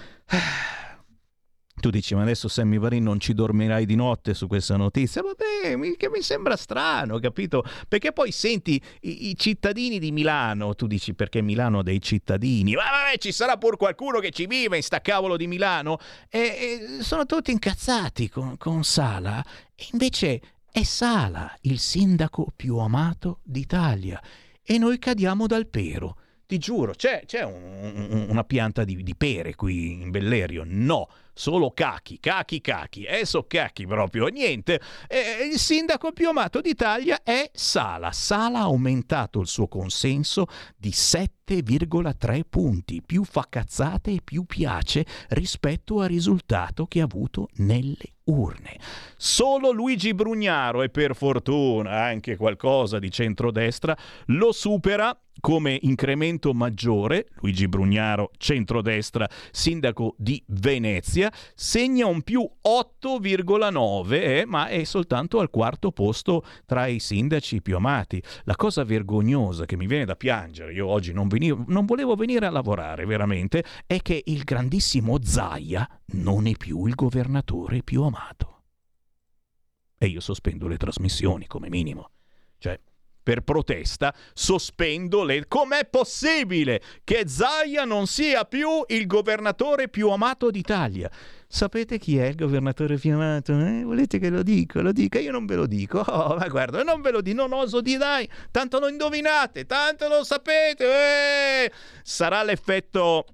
Tu dici, ma adesso Sammy Varin non ci dormirai di notte su questa notizia? Vabbè, mi, che mi sembra strano, capito? Perché poi senti i, i cittadini di Milano, tu dici perché Milano ha dei cittadini, ma vabbè, ci sarà pur qualcuno che ci vive in sta cavolo di Milano, e, e sono tutti incazzati con, con Sala, e invece è Sala il sindaco più amato d'Italia, e noi cadiamo dal pero. Ti giuro, c'è, c'è un, un, una pianta di, di pere qui in Bellerio? No, solo cachi, cachi, cachi, e so cachi proprio, niente. E il sindaco più amato d'Italia è Sala. Sala ha aumentato il suo consenso di sette virgola tre punti, più fa cazzate e più piace rispetto al risultato che ha avuto nelle urne. Solo Luigi Brugnaro, e per fortuna anche qualcosa di centrodestra, lo supera come incremento maggiore. Luigi Brugnaro, centrodestra, sindaco di Venezia, segna un più otto virgola nove, eh, ma è soltanto al quarto posto tra i sindaci più amati. La cosa vergognosa che mi viene da piangere, io oggi non, venivo, non volevo venire a lavorare veramente, è che il grandissimo Zaia non è più il governatore più amato. E io sospendo le trasmissioni come minimo. Cioè, per protesta sospendo le... Com'è possibile che Zaia non sia più il governatore più amato d'Italia? Sapete chi è il governatore più amato? Eh? Volete che lo dico? Lo dico? Io non ve lo dico. Oh, ma guarda, non ve lo dico, non oso dire, dai, tanto lo indovinate, tanto lo sapete. Eh! Sarà l'effetto...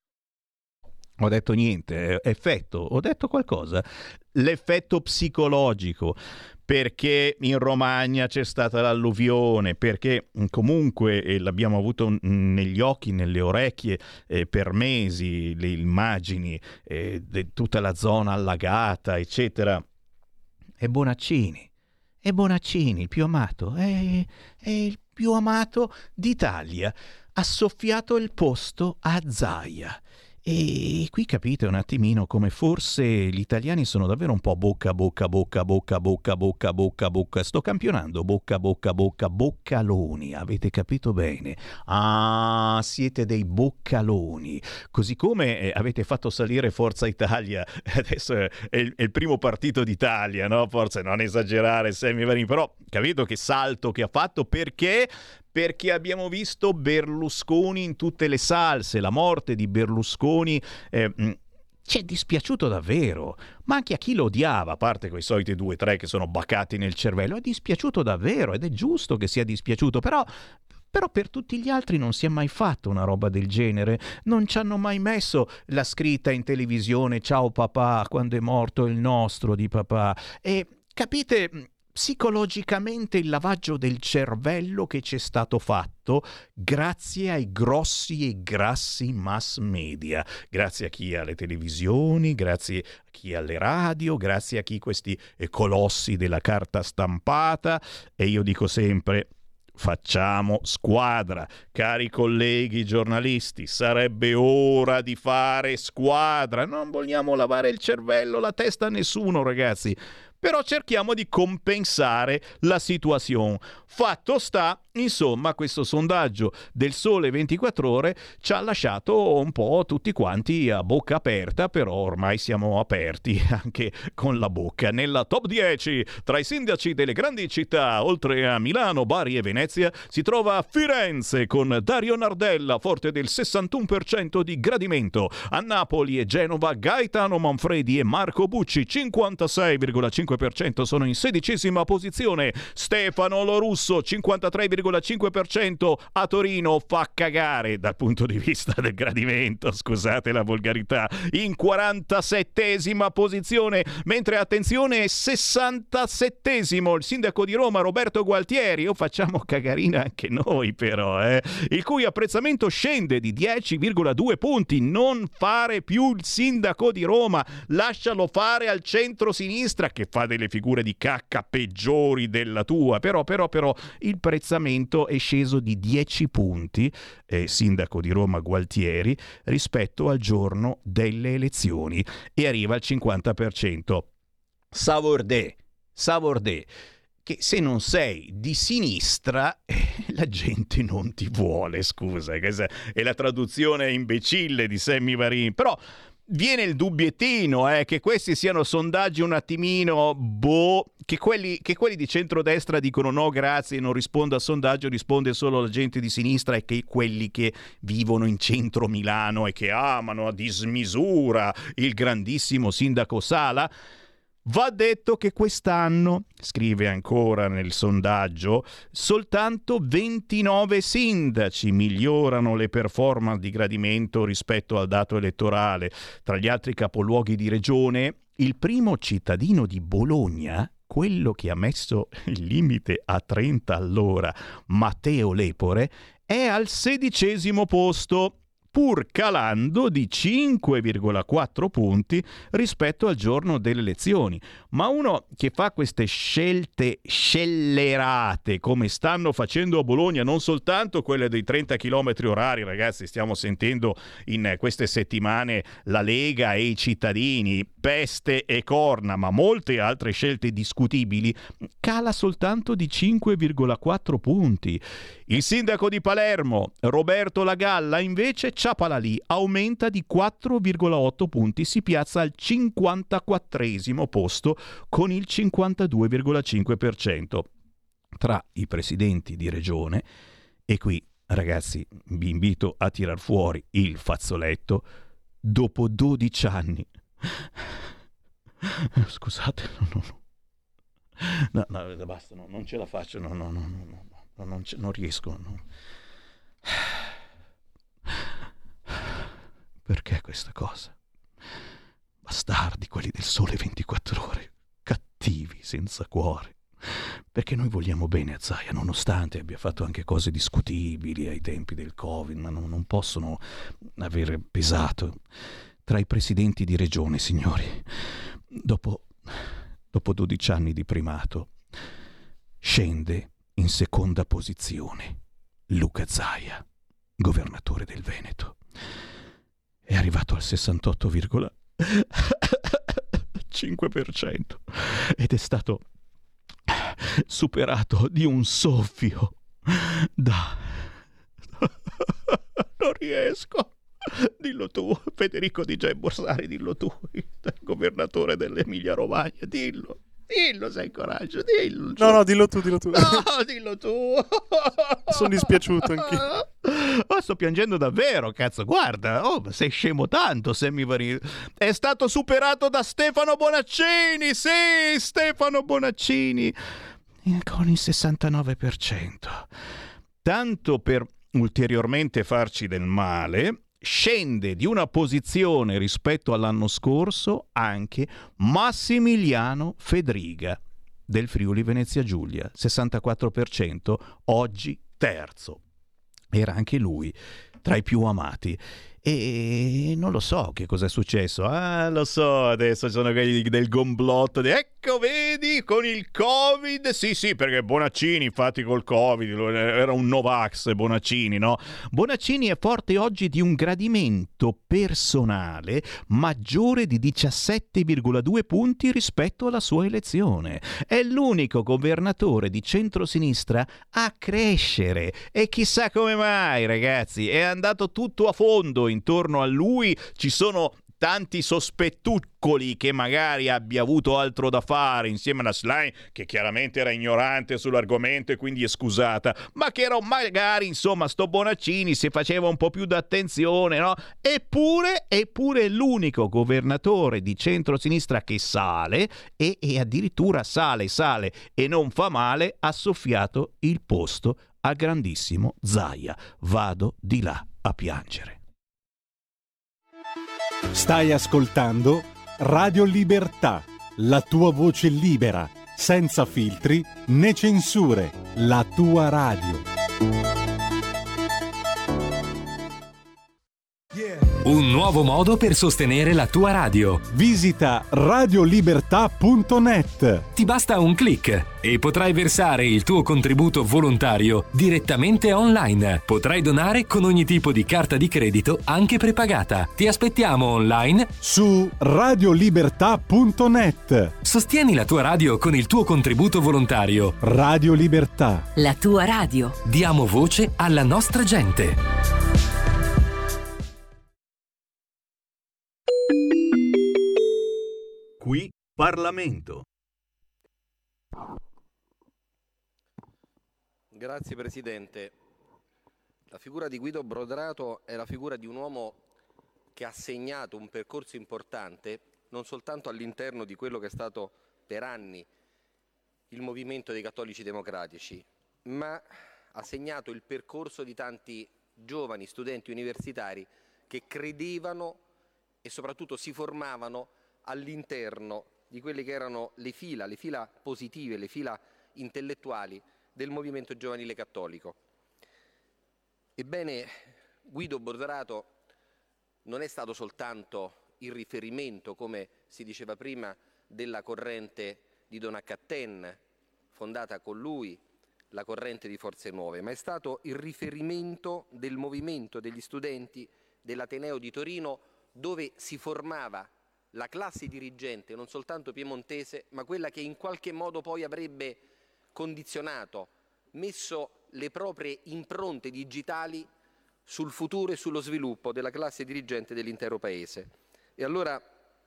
Ho detto niente, effetto, ho detto qualcosa. L'effetto psicologico, perché in Romagna c'è stata l'alluvione, perché comunque eh, l'abbiamo avuto negli occhi, nelle orecchie eh, per mesi, le immagini eh, di tutta la zona allagata, eccetera. E Bonaccini, e Bonaccini, il più amato, è, è il più amato d'Italia, ha soffiato il posto a Zaia. E qui capite un attimino come forse gli italiani sono davvero un po' bocca, bocca, bocca, bocca, bocca, bocca, bocca, bocca. Sto campionando bocca, bocca, bocca, boccaloni, avete capito bene? Ah, siete dei boccaloni. Così come eh, avete fatto salire Forza Italia, adesso è, è, il, è il primo partito d'Italia, no? Forse non esagerare, Sammy Varin, però capito che salto che ha fatto, perché... Perché abbiamo visto Berlusconi in tutte le salse, la morte di Berlusconi eh, ci è dispiaciuto davvero, ma anche a chi lo odiava, a parte quei soliti due o tre che sono bacati nel cervello, è dispiaciuto davvero ed è giusto che sia dispiaciuto, però... Però per tutti gli altri non si è mai fatto una roba del genere, non ci hanno mai messo la scritta in televisione «Ciao papà, quando è morto il nostro di papà», e capite... psicologicamente il lavaggio del cervello che ci è stato fatto grazie ai grossi e grassi mass media, grazie a chi ha le televisioni, grazie a chi ha le radio, grazie a chi questi colossi della carta stampata. E io dico sempre: facciamo squadra, cari colleghi giornalisti, sarebbe ora di fare squadra, non vogliamo lavare il cervello, la testa a nessuno, ragazzi. Però cerchiamo di compensare la situazione. Fatto sta Insomma, questo sondaggio del Sole ventiquattro Ore ci ha lasciato un po' tutti quanti a bocca aperta, però ormai siamo aperti anche con la bocca. Nella top dieci tra i sindaci delle grandi città, oltre a Milano, Bari e Venezia, si trova Firenze con Dario Nardella, forte del sessantuno per cento di gradimento. A Napoli e Genova Gaetano Manfredi e Marco Bucci, cinquantasei virgola cinque per cento, sono in sedicesima posizione. Stefano Lorusso, cinquantatré virgola cinque per cento. A Torino fa cagare dal punto di vista del gradimento, scusate la volgarità, in quarantasettesima posizione, mentre attenzione sessantasettesimo il sindaco di Roma Roberto Gualtieri, o facciamo cagarina anche noi però, eh, il cui apprezzamento scende di dieci virgola due punti. Non fare più il sindaco di Roma, lascialo fare al centro-sinistra che fa delle figure di cacca peggiori della tua, però però però il prezzamento è sceso di dieci punti, eh, sindaco di Roma Gualtieri, rispetto al giorno delle elezioni, e arriva al cinquanta per cento. Savordé, Savordé, che se non sei di sinistra eh, la gente non ti vuole, scusa, questa è la traduzione imbecille di Sammy Varin, però viene il dubbiettino eh, che questi siano sondaggi un attimino boh, che quelli, che quelli di centrodestra dicono no grazie, non risponde al sondaggio, risponde solo la gente di sinistra, e che quelli che vivono in centro Milano e che amano a dismisura il grandissimo sindaco Sala. Va detto che quest'anno, scrive ancora nel sondaggio, soltanto ventinove sindaci migliorano le performance di gradimento rispetto al dato elettorale. Tra gli altri capoluoghi di regione, il primo cittadino di Bologna, quello che ha messo il limite a trenta all'ora, Matteo Lepore, è al sedicesimo posto, pur calando di cinque virgola quattro punti rispetto al giorno delle elezioni. Ma uno che fa queste scelte scellerate, come stanno facendo a Bologna, non soltanto quelle dei trenta chilometri orari, ragazzi, stiamo sentendo in queste settimane la Lega e i cittadini, peste e corna, ma molte altre scelte discutibili, cala soltanto di cinque virgola quattro punti. Il sindaco di Palermo, Roberto Lagalla, invece ciapala lì, aumenta di quattro virgola otto punti, si piazza al cinquantaquattresimo posto con il cinquantadue virgola cinque per cento. Tra i presidenti di regione, e qui ragazzi vi invito a tirar fuori il fazzoletto, dopo dodici anni, scusate, no, no, no, no basta, no, non ce la faccio, no, no, no, no, no. No, non, c- non riesco. No. Perché questa cosa? Bastardi quelli del Sole ventiquattro Ore, cattivi, senza cuore. Perché noi vogliamo bene a Zaia, nonostante abbia fatto anche cose discutibili ai tempi del Covid, ma non, non possono aver pesato. Tra i presidenti di regione, signori, dopo, dopo dodici anni di primato, scende in seconda posizione Luca Zaia, governatore del Veneto. È arrivato al sessantotto virgola cinque per cento ed è stato superato di un soffio da... non riesco. Dillo tu, Federico di J. Borsari, dillo tu, il governatore dell'Emilia Romagna, dillo. Dillo, se hai coraggio, dillo. No, no, dillo tu, dillo tu. No, dillo tu. Sono dispiaciuto anch'io. Oh, sto piangendo davvero, cazzo, guarda. Oh, sei scemo tanto, Sammy Varin. È stato superato da Stefano Bonaccini, sì, Stefano Bonaccini, con il sessantanove per cento. Tanto per ulteriormente farci del male, scende di una posizione rispetto all'anno scorso anche Massimiliano Fedriga del Friuli Venezia Giulia, sessantaquattro per cento, oggi terzo. Era anche lui tra i più amati. E non lo so che cosa è successo. Ah, lo so, adesso sono quelli del gomblotto. Di, ecco, vedi, con il Covid. Sì, sì, perché Bonaccini, infatti, col Covid era un Novax, Bonaccini, no? Bonaccini è forte oggi di un gradimento personale maggiore di diciassette virgola due punti rispetto alla sua elezione. È l'unico governatore di centrosinistra a crescere. E chissà come mai, ragazzi, è andato tutto a fondo intorno a lui. Ci sono tanti sospettuccoli che magari abbia avuto altro da fare insieme alla Schlein, che chiaramente era ignorante sull'argomento e quindi è scusata, ma che era magari, insomma, sto Bonaccini si faceva un po' più d'attenzione, no? Eppure, eppure è l'unico governatore di centrosinistra che sale e, e addirittura sale, sale e non fa male, ha soffiato il posto al grandissimo Zaia. Vado di là a piangere. Stai ascoltando Radio Libertà, la tua voce libera, senza filtri né censure, la tua radio. Un nuovo modo per sostenere la tua radio. Visita radiolibertà punto net. Ti basta un click e potrai versare il tuo contributo volontario direttamente online. Potrai donare con ogni tipo di carta di credito, anche prepagata. Ti aspettiamo online su radiolibertà punto net. Sostieni la tua radio con il tuo contributo volontario. Radio Libertà. La tua radio. Diamo voce alla nostra gente. Qui Parlamento. Grazie Presidente. La figura di Guido Brodato è la figura di un uomo che ha segnato un percorso importante non soltanto all'interno di quello che è stato per anni il movimento dei cattolici democratici, ma ha segnato il percorso di tanti giovani studenti universitari che credevano e soprattutto si formavano all'interno di quelle che erano le fila, le fila positive, le fila intellettuali del movimento giovanile cattolico. Ebbene, Guido Brodato non è stato soltanto il riferimento, come si diceva prima, della corrente di Donat-Cattin, fondata con lui, la corrente di Forze Nuove, ma è stato il riferimento del movimento degli studenti dell'Ateneo di Torino, dove si formava la classe dirigente non soltanto piemontese, ma quella che in qualche modo poi avrebbe condizionato, messo le proprie impronte digitali sul futuro e sullo sviluppo della classe dirigente dell'intero Paese. E allora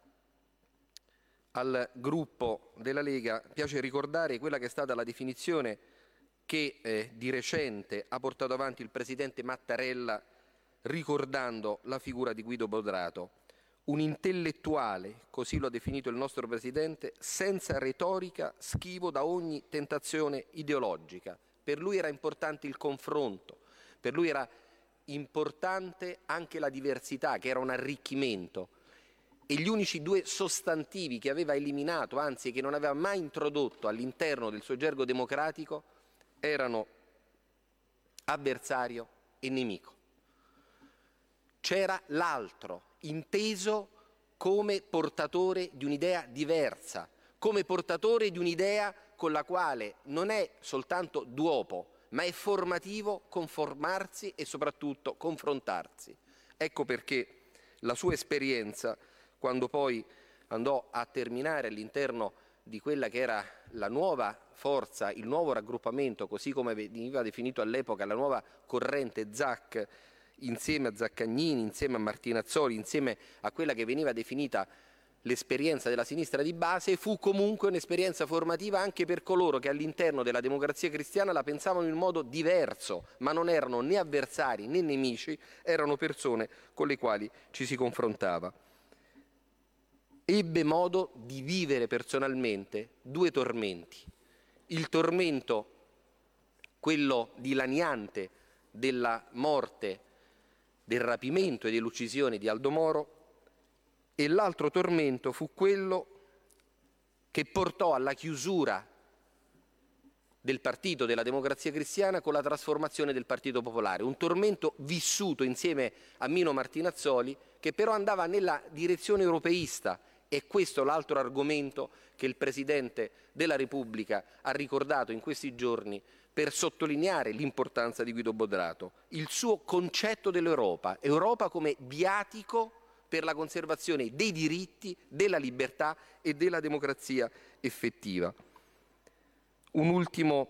al gruppo della Lega piace ricordare quella che è stata la definizione che eh, di recente ha portato avanti il Presidente Mattarella ricordando la figura di Guido Brodato. Un intellettuale, così lo ha definito il nostro Presidente, senza retorica, schivo da ogni tentazione ideologica. Per lui era importante il confronto, per lui era importante anche la diversità, che era un arricchimento. E gli unici due sostantivi che aveva eliminato, anzi che non aveva mai introdotto all'interno del suo gergo democratico, erano avversario e nemico. C'era l'altro, inteso come portatore di un'idea diversa, come portatore di un'idea con la quale non è soltanto duopo, ma è formativo conformarsi e soprattutto confrontarsi. Ecco perché la sua esperienza, quando poi andò a terminare all'interno di quella che era la nuova forza, il nuovo raggruppamento, così come veniva definito all'epoca la nuova corrente Z A C, insieme a Zaccagnini, insieme a Martinazzoli, insieme a quella che veniva definita l'esperienza della sinistra di base, fu comunque un'esperienza formativa anche per coloro che all'interno della Democrazia Cristiana la pensavano in modo diverso, ma non erano né avversari né nemici, erano persone con le quali ci si confrontava. Ebbe modo di vivere personalmente due tormenti. Il tormento, quello dilaniante della morte, del rapimento e dell'uccisione di Aldo Moro, e l'altro tormento fu quello che portò alla chiusura del Partito della Democrazia Cristiana con la trasformazione del Partito Popolare, un tormento vissuto insieme a Mino Martinazzoli, che però andava nella direzione europeista. E questo è l'altro argomento che il Presidente della Repubblica ha ricordato in questi giorni per sottolineare l'importanza di Guido Bodrato, il suo concetto dell'Europa, Europa come viatico per la conservazione dei diritti, della libertà e della democrazia effettiva. Un ultimo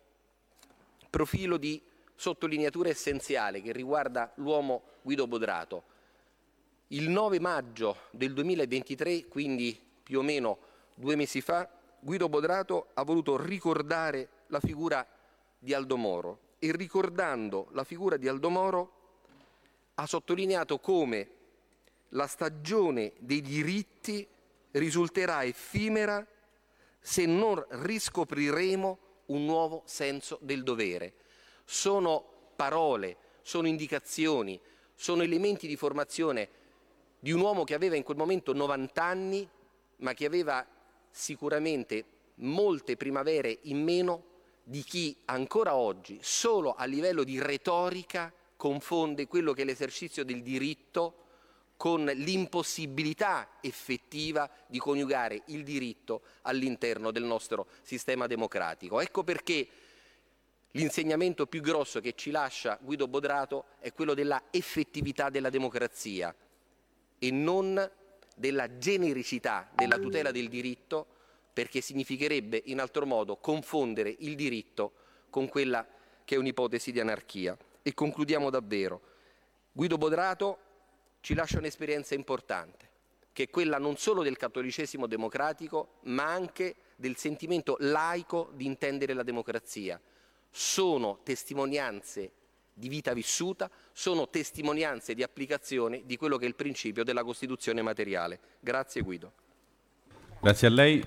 profilo di sottolineatura essenziale che riguarda l'uomo Guido Bodrato. Il nove maggio del duemilaventitré, quindi più o meno due mesi fa, Guido Bodrato ha voluto ricordare la figura di Aldo Moro e, ricordando la figura di Aldo Moro, ha sottolineato come la stagione dei diritti risulterà effimera se non riscopriremo un nuovo senso del dovere. Sono parole, sono indicazioni, sono elementi di formazione di un uomo che aveva in quel momento novanta anni, ma che aveva sicuramente molte primavere in meno di chi ancora oggi, solo a livello di retorica, confonde quello che è l'esercizio del diritto con l'impossibilità effettiva di coniugare il diritto all'interno del nostro sistema democratico. Ecco perché l'insegnamento più grosso che ci lascia Guido Bodrato è quello della effettività della democrazia e non della genericità della tutela del diritto, perché significherebbe in altro modo confondere il diritto con quella che è un'ipotesi di anarchia. E concludiamo davvero. Guido Bodrato ci lascia un'esperienza importante, che è quella non solo del cattolicesimo democratico, ma anche del sentimento laico di intendere la democrazia. Sono testimonianze di vita vissuta, sono testimonianze di applicazione di quello che è il principio della Costituzione materiale. Grazie Guido. Grazie a lei.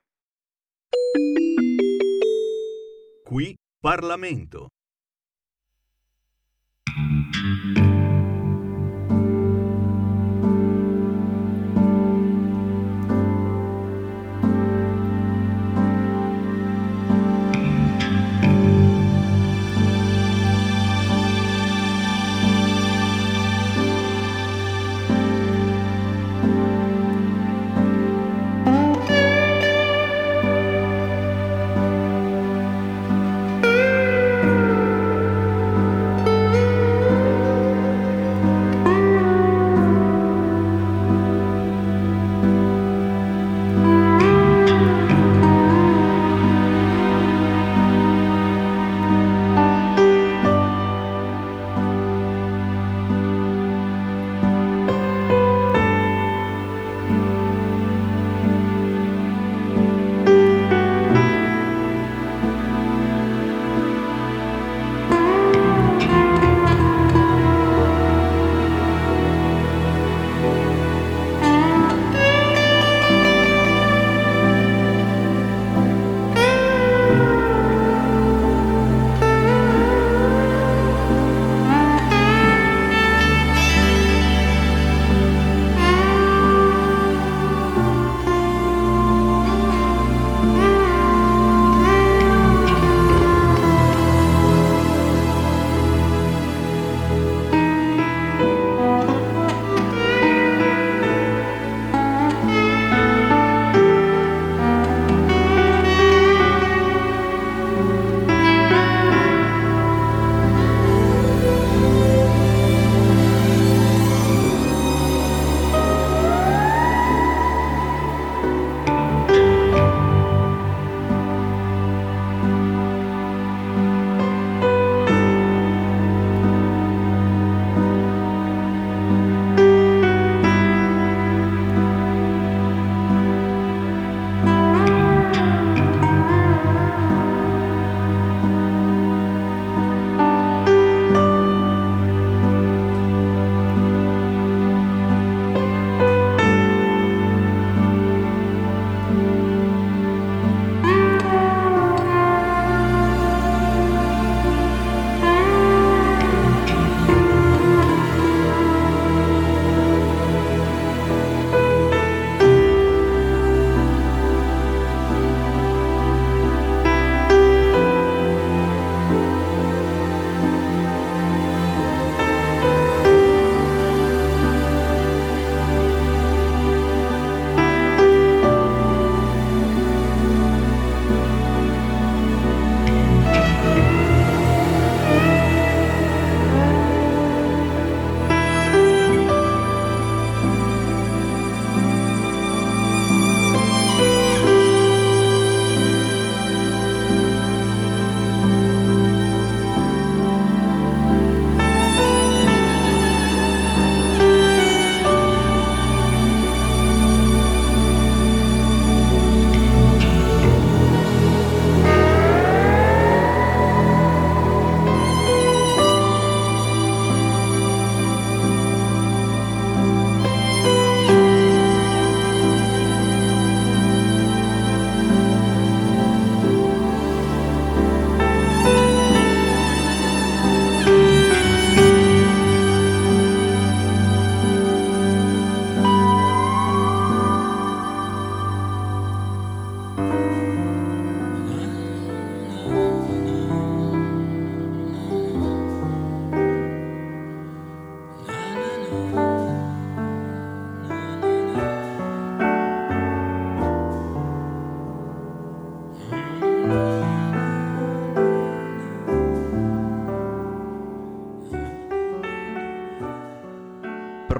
Qui Parlamento.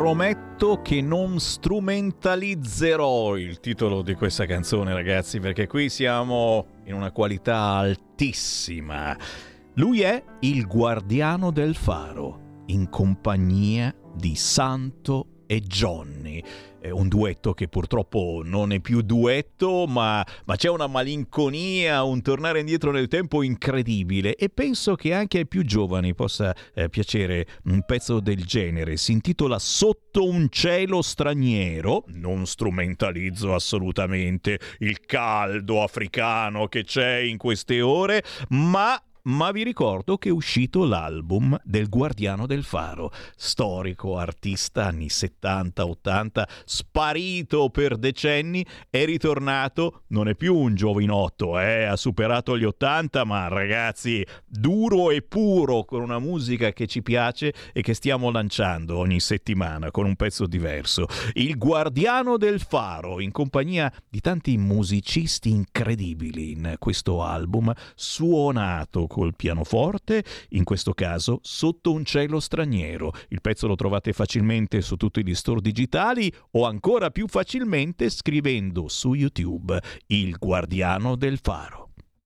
prometto che non strumentalizzerò il titolo di questa canzone, ragazzi, perché qui siamo in una qualità altissima. Lui è il Guardiano del Faro, in compagnia di Santo e Johnny. È un duetto che purtroppo non è più duetto, ma, ma c'è una malinconia, un tornare indietro nel tempo incredibile, e penso che anche ai più giovani possa eh, piacere un pezzo del genere. Si intitola Sotto un cielo straniero. Non strumentalizzo assolutamente il caldo africano che c'è in queste ore, ma Ma vi ricordo che è uscito l'album del Guardiano del Faro, storico artista anni settanta ottanta, sparito per decenni, è ritornato, non è più un giovinotto, eh, ha superato gli ottanta, ma ragazzi, duro e puro, con una musica che ci piace e che stiamo lanciando ogni settimana con un pezzo diverso. Il Guardiano del Faro, in compagnia di tanti musicisti incredibili in questo album, suonato col pianoforte, in questo caso Sotto un cielo straniero. Il pezzo lo trovate facilmente su tutti gli store digitali o ancora più facilmente scrivendo su YouTube Il Guardiano del Faro.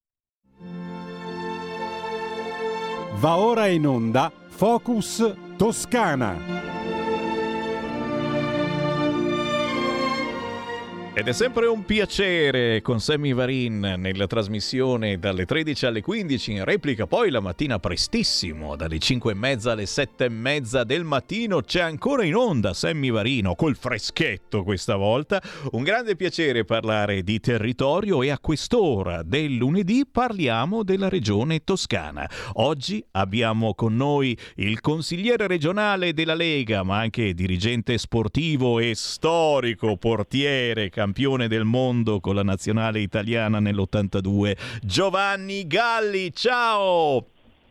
Va ora in onda Focus Toscana. Ed è sempre un piacere con Sammy Varin nella trasmissione dalle tredici alle quindici, in replica poi la mattina prestissimo, dalle cinque e mezza alle sette e mezza del mattino c'è ancora in onda Sammy Varino, col freschetto questa volta. Un grande piacere parlare di territorio, e a quest'ora del lunedì parliamo della regione Toscana. Oggi abbiamo con noi il consigliere regionale della Lega, ma anche dirigente sportivo e storico portiere, campione del mondo con la nazionale italiana nell'ottantadue, Giovanni Galli. Ciao!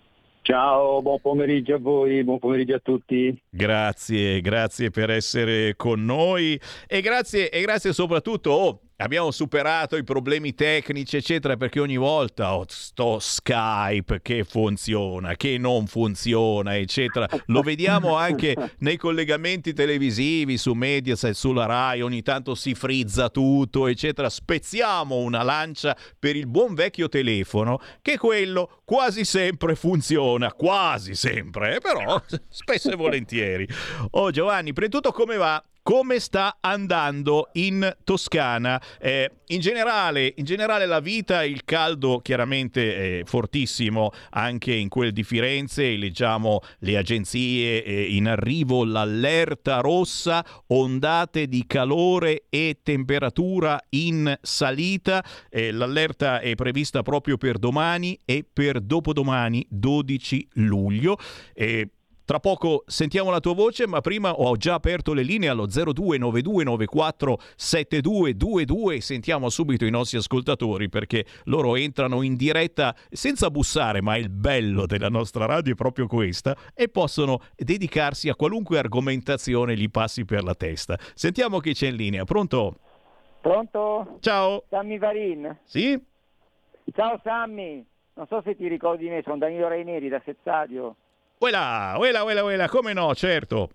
Ciao, buon pomeriggio a voi, buon pomeriggio a tutti. Grazie, grazie per essere con noi e grazie, e grazie soprattutto, oh, abbiamo superato i problemi tecnici eccetera, perché ogni volta oh, sto Skype che funziona, che non funziona eccetera, lo vediamo anche nei collegamenti televisivi su Mediaset, sulla Rai, ogni tanto si frizza tutto eccetera. Spezziamo una lancia per il buon vecchio telefono, che quello quasi sempre funziona, quasi sempre, eh, però spesso e volentieri. Oh Giovanni, prima di tutto come va? Come sta andando in Toscana? Eh, in generale, in generale la vita, il caldo chiaramente è fortissimo anche in quel di Firenze, leggiamo le agenzie, eh, in arrivo l'allerta rossa, ondate di calore e temperatura in salita, eh, l'allerta è prevista proprio per domani e per dopodomani dodici luglio. Eh, Tra poco sentiamo la tua voce, ma prima ho già aperto le linee allo zero due nove due nove quattro sette due due due. Sentiamo subito i nostri ascoltatori, perché loro entrano in diretta senza bussare, ma il bello della nostra radio è proprio questa, e possono dedicarsi a qualunque argomentazione gli passi per la testa. Sentiamo chi c'è in linea. Pronto? Pronto? Ciao. Sammy Varin. Sì? Ciao Sammy, non so se ti ricordi di me, sono Danilo Raineri da Sezzadio. Uela, uela, uela, uela, come no, certo.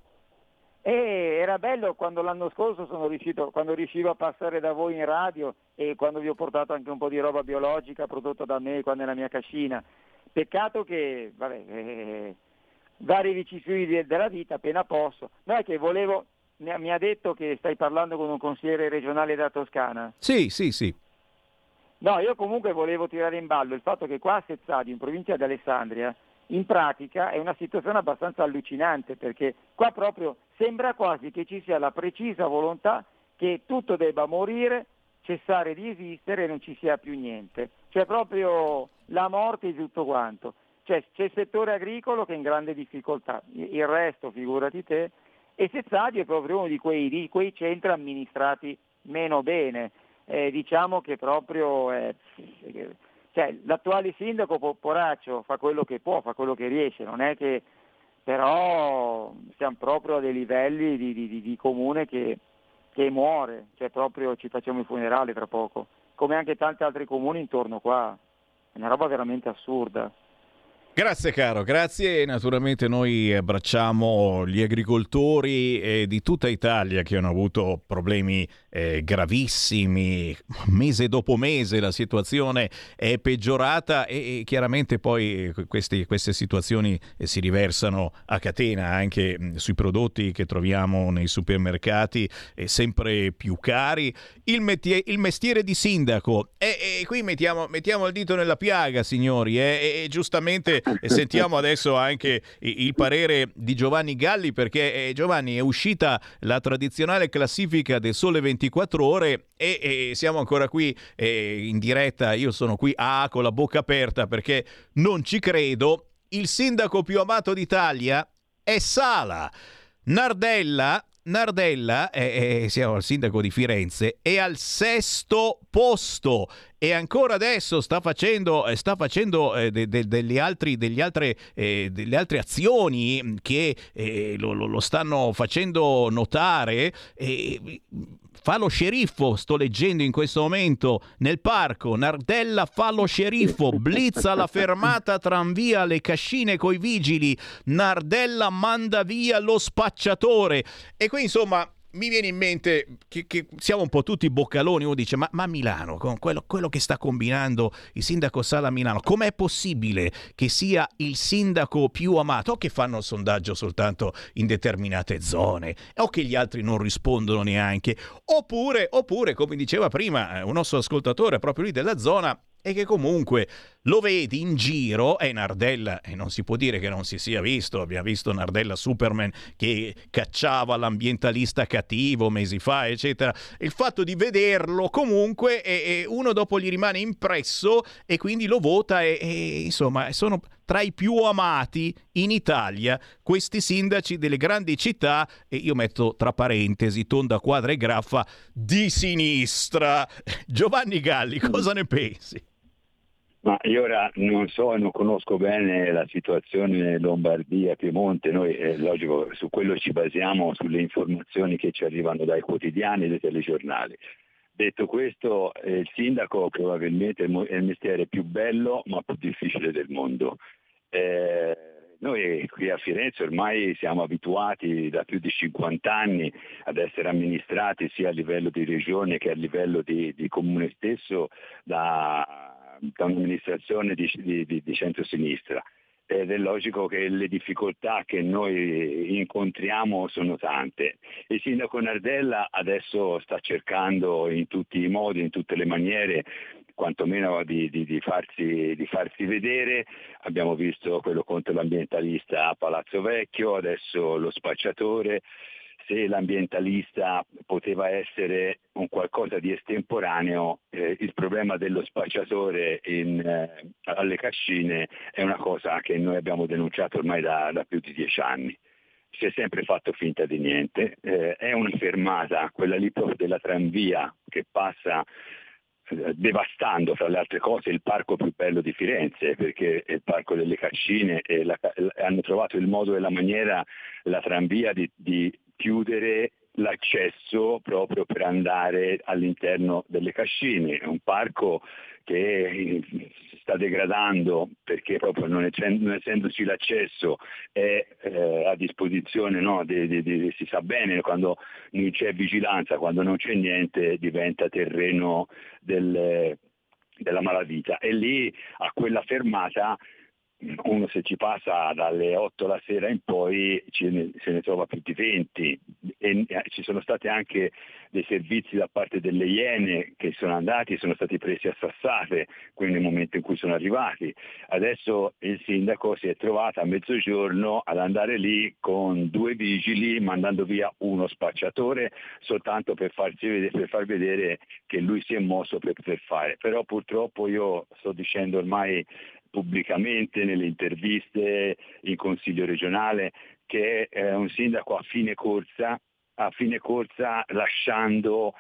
E era bello quando l'anno scorso sono riuscito, quando riuscivo a passare da voi in radio e quando vi ho portato anche un po' di roba biologica prodotta da me qua nella mia cascina. Peccato che, vabbè, eh, varie vicissitudini della vita appena posso. No, è che volevo, mi ha detto che stai parlando con un consigliere regionale della Toscana. Sì, sì, sì. No, io comunque volevo tirare in ballo il fatto che qua a Sezzadio, in provincia di Alessandria, in pratica è una situazione abbastanza allucinante, perché qua proprio sembra quasi che ci sia la precisa volontà che tutto debba morire, cessare di esistere e non ci sia più niente. C'è proprio la morte di tutto quanto. C'è, c'è il settore agricolo che è in grande difficoltà, il resto figurati te, e Sezzadio è proprio uno di quei, di quei centri amministrati meno bene. Eh, diciamo che proprio... Eh, Cioè, l'attuale sindaco Poraccio fa quello che può, fa quello che riesce, non è che però siamo proprio a dei livelli di, di, di comune che, che muore, cioè proprio ci facciamo il funerale tra poco, come anche tanti altri comuni intorno qua, è una roba veramente assurda. Grazie caro, grazie. Naturalmente noi abbracciamo gli agricoltori eh, di tutta Italia che hanno avuto problemi eh, gravissimi. Mese dopo mese la situazione è peggiorata e, e chiaramente poi questi, queste situazioni eh, si riversano a catena anche mh, sui prodotti che troviamo nei supermercati, eh, sempre più cari. Il, metie- il mestiere di sindaco, e, e qui mettiamo, mettiamo il dito nella piaga, signori, eh, e, e giustamente e sentiamo adesso anche il parere di Giovanni Galli, perché eh, Giovanni, è uscita la tradizionale classifica del Sole ventiquattro Ore e, e siamo ancora qui eh, in diretta. Io sono qui ah, con la bocca aperta perché non ci credo. Il sindaco più amato d'Italia è Sala. Nardella Nardella, eh, eh, siamo al sindaco di Firenze, è al sesto posto e ancora adesso sta facendo, eh, sta facendo eh, de, de, degli altri, degli altre, eh, delle altre azioni che eh, lo, lo, lo stanno facendo notare. Eh, fa lo sceriffo, sto leggendo in questo momento, nel parco. Nardella fa lo sceriffo, blitza la fermata tranvia, le cascine coi vigili, Nardella manda via lo spacciatore. E qui insomma mi viene in mente che, che siamo un po' tutti boccaloni. Uno dice ma, ma Milano, con quello, quello che sta combinando il sindaco Sala a Milano, com'è possibile che sia il sindaco più amato? O che fanno il sondaggio soltanto in determinate zone, o che gli altri non rispondono neanche, oppure, oppure come diceva prima un nostro ascoltatore proprio lì della zona, e che comunque lo vedi in giro. È Nardella e non si può dire che non si sia visto. Abbiamo visto Nardella Superman che cacciava l'ambientalista cattivo mesi fa, eccetera. Il fatto di vederlo comunque e, e uno dopo gli rimane impresso e quindi lo vota e, e insomma sono tra i più amati in Italia questi sindaci delle grandi città, e io metto tra parentesi tonda, quadra e graffa, di sinistra. Giovanni Galli, cosa ne pensi? Ma io ora non so, non conosco bene la situazione in Lombardia, Piemonte. Noi è logico, su quello ci basiamo, sulle informazioni che ci arrivano dai quotidiani e dai telegiornali. Detto questo, eh, il sindaco probabilmente è il mestiere più bello ma più difficile del mondo. Eh, noi qui a Firenze ormai siamo abituati da più di cinquanta anni ad essere amministrati sia a livello di regione che a livello di, di comune stesso da, da un'amministrazione di, di, di centrosinistra. Ed è logico che le difficoltà che noi incontriamo sono tante. Il sindaco Nardella adesso sta cercando in tutti i modi, in tutte le maniere, quantomeno di, di, di, farsi, di farsi vedere. Abbiamo visto quello contro l'ambientalista a Palazzo Vecchio, adesso lo spacciatore. Se l'ambientalista poteva essere un qualcosa di estemporaneo, eh, il problema dello spacciatore in, eh, alle Cascine è una cosa che noi abbiamo denunciato ormai da, da più di dieci anni. Si è sempre fatto finta di niente. Eh, è una fermata, quella lì proprio della tranvia, che passa eh, devastando, fra le altre cose, il parco più bello di Firenze, perché è il parco delle Cascine, e la, hanno trovato il modo e la maniera, la tranvia, di, di chiudere l'accesso proprio per andare all'interno delle Cascine. È un parco che si sta degradando perché proprio non, essendo, non essendoci l'accesso è eh, a disposizione, no? de, de, de, si sa bene, quando non c'è vigilanza, quando non c'è niente, diventa terreno del, della malavita. E lì a quella fermata uno, se ci passa dalle otto la sera in poi, ce ne, se ne trova più di venti, e ci sono stati anche dei servizi da parte delle Iene che sono andati e sono stati presi a sassate, quindi nel momento in cui sono arrivati. Adesso il sindaco si è trovato a mezzogiorno ad andare lì con due vigili, mandando via uno spacciatore soltanto per farsi vedere, per far vedere che lui si è mosso per, per fare. Però purtroppo io sto dicendo ormai pubblicamente, nelle interviste, in consiglio regionale, che è un sindaco a fine corsa, a fine corsa lasciando